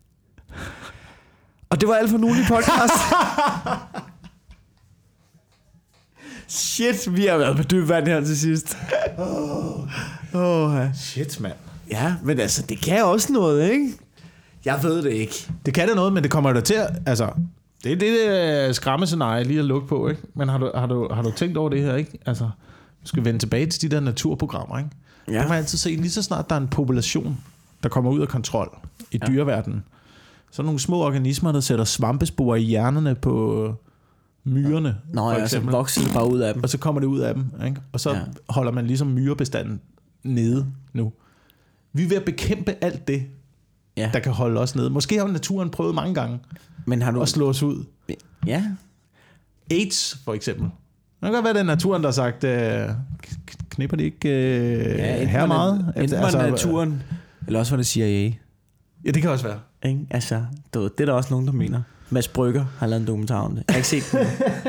Og det var alt for nu i podcast. Shit, vi har været på dyb vand her til sidst. Oh, Shit, mand. ja, men altså, det kan også noget, ikke? Jeg ved det ikke. Det kan da noget, men det kommer da til at... Altså, det er det der skræmmescenarie lige at lukke på, ikke? Men har du, har, du, har du tænkt over det her, ikke? Altså, du skal vende tilbage til de der naturprogrammer, ikke? Ja. Der kan man altid se, lige så snart der er en population, der kommer ud af kontrol i Ja. dyreverdenen, så er nogle små organismer, der sætter svampespor i hjernerne på myrerne, Nå for ja, så eksempel. vokser det bare ud af dem. Og så kommer det ud af dem, ikke? Og så Ja. ja. holder man ligesom myrebestanden nede nu. Vi er ved at bekæmpe alt det, Ja. der kan holde os nede. Måske har naturen prøvet mange gange Men har du... at slå os ud. Ja. AIDS, for eksempel. Det kan godt være, det er naturen, der har sagt, øh, k- knipper det ikke øh, Ja, her meget? Enten altså, naturen, eller også var det C I A. Ja, det kan også være. Ikke? Altså, du ved, det er der også nogen, der mener. Mads Brygger har lavet en dokumentar om det. Jeg har ikke set den.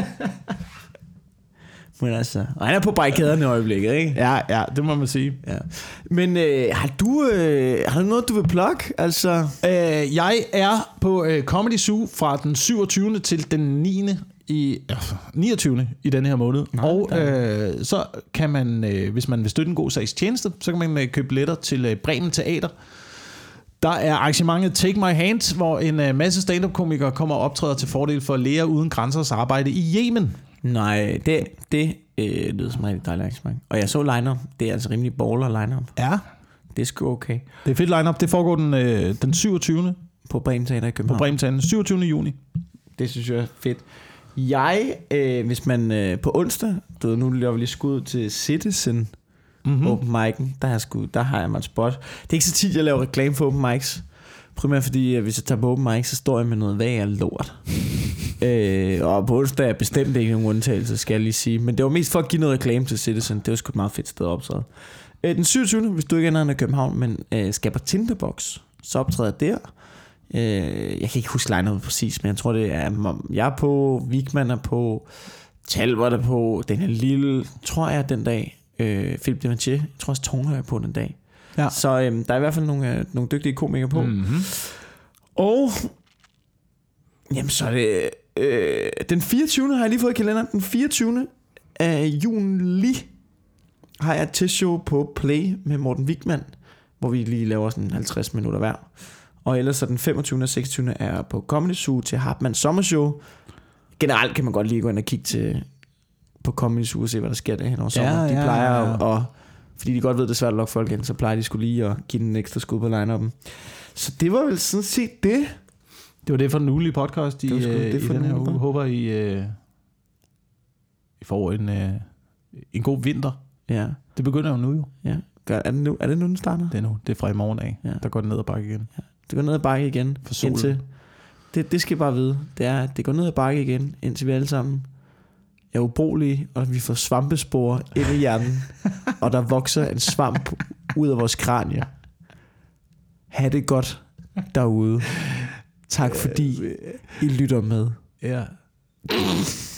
Men altså, og han er på barrikaderne i øjeblikket, ikke? Ja, ja, det må man sige. Ja. Men øh, har du øh, har du noget, du vil plukke? Altså, Øh, jeg er på øh, Comedy Zoo fra den syvogtyvende til den niende i øh, niogtyvende i den her måned. Nå, og øh, så kan man, øh, hvis man vil støtte en god sags tjeneste, så kan man øh, købe billetter til øh, Bremen Teater. Der er arrangementet Take My Hand, hvor en øh, masse stand-up-komikere kommer og optræder til fordel for Læger Uden Grænsers arbejde i Yemen. nej, det, det øh, lyder som en rigtig dejlig arrangement. Og jeg så line-up. Det er altså rimelig baller line-up. Ja, Det er sgu okay. det er fedt line-up. Det foregår den, øh, den syvogtyvende På Bremen Teater i på København. Bremen Teater, syvogtyvende juni. Det synes jeg er fedt. Jeg, øh, hvis man øh, på onsdag, du ved, nu laver vi lige skud til Citizen mm-hmm. Open Mic'en, der har, jeg sgu, der har jeg mig et spot. Det er ikke så tit, jeg laver reklame for Open Mics. Primært fordi, at hvis jeg tager på Open Mic, så står jeg med noget vag af lort. øh, og på onsdag er bestemt ikke nogen undtagelse, skal jeg lige sige. Men det var mest for at give noget reklame til Citizen. Det var sgu et meget fedt sted at optræde. Øh, den syvogtyvende, hvis du ikke er nærmere i København, men øh, skal på Tinderbox, så optræder jeg der. Øh, jeg kan ikke huske line-up præcis, men jeg tror, det er... Jeg er på, Wigman er på, Talbot er på, den her lille, tror jeg, den dag. Øh, Philip Devanché, jeg tror også, Tonga er på den dag. Ja. Så øh, der er i hvert fald nogle, øh, nogle dygtige komikere på. Mm-hmm. Og... Jamen, så er det... Øh, den fireogtyvende har jeg lige fået i kalenderen. Den fireogtyvende af juli har jeg et testshow på Play med Morten Wigman, hvor vi lige laver sådan halvtreds minutter hver. Og ellers så den femogtyvende og seksogtyvende er på Comedy Zoo til Hartmanns sommershow. Generelt kan man godt lige gå ind og kigge til på Comedy Zoo og se, hvad der sker der hen over sommer. Ja, de ja, plejer ja, ja. at, fordi de godt ved, det er svært at lokke folk ind, så plejer de skulle lige at give den en ekstra skud på line-up'en. Så det var vel sådan set det. Det var det for den ugelige podcast i, det øh, det i for den her uge. uge. Håber I, øh, I får en, øh, en god vinter. Ja. Det begynder jo nu jo. Ja. Gør, er, det nu, er det nu, den starter? Det er nu. Det er fra i morgen af. Ja. Der går den ned ad bakke igen. Ja. Det går ned ad bakke igen. For solen. Indtil, det, det skal I bare vide. Det er, at det går ned ad bakke igen, indtil vi alle sammen er ubrugelige, og vi får svampespor ind i hjernen, og der vokser en svamp ud af vores kranie. Ha' det godt derude. Tak fordi I lytter med. Ja.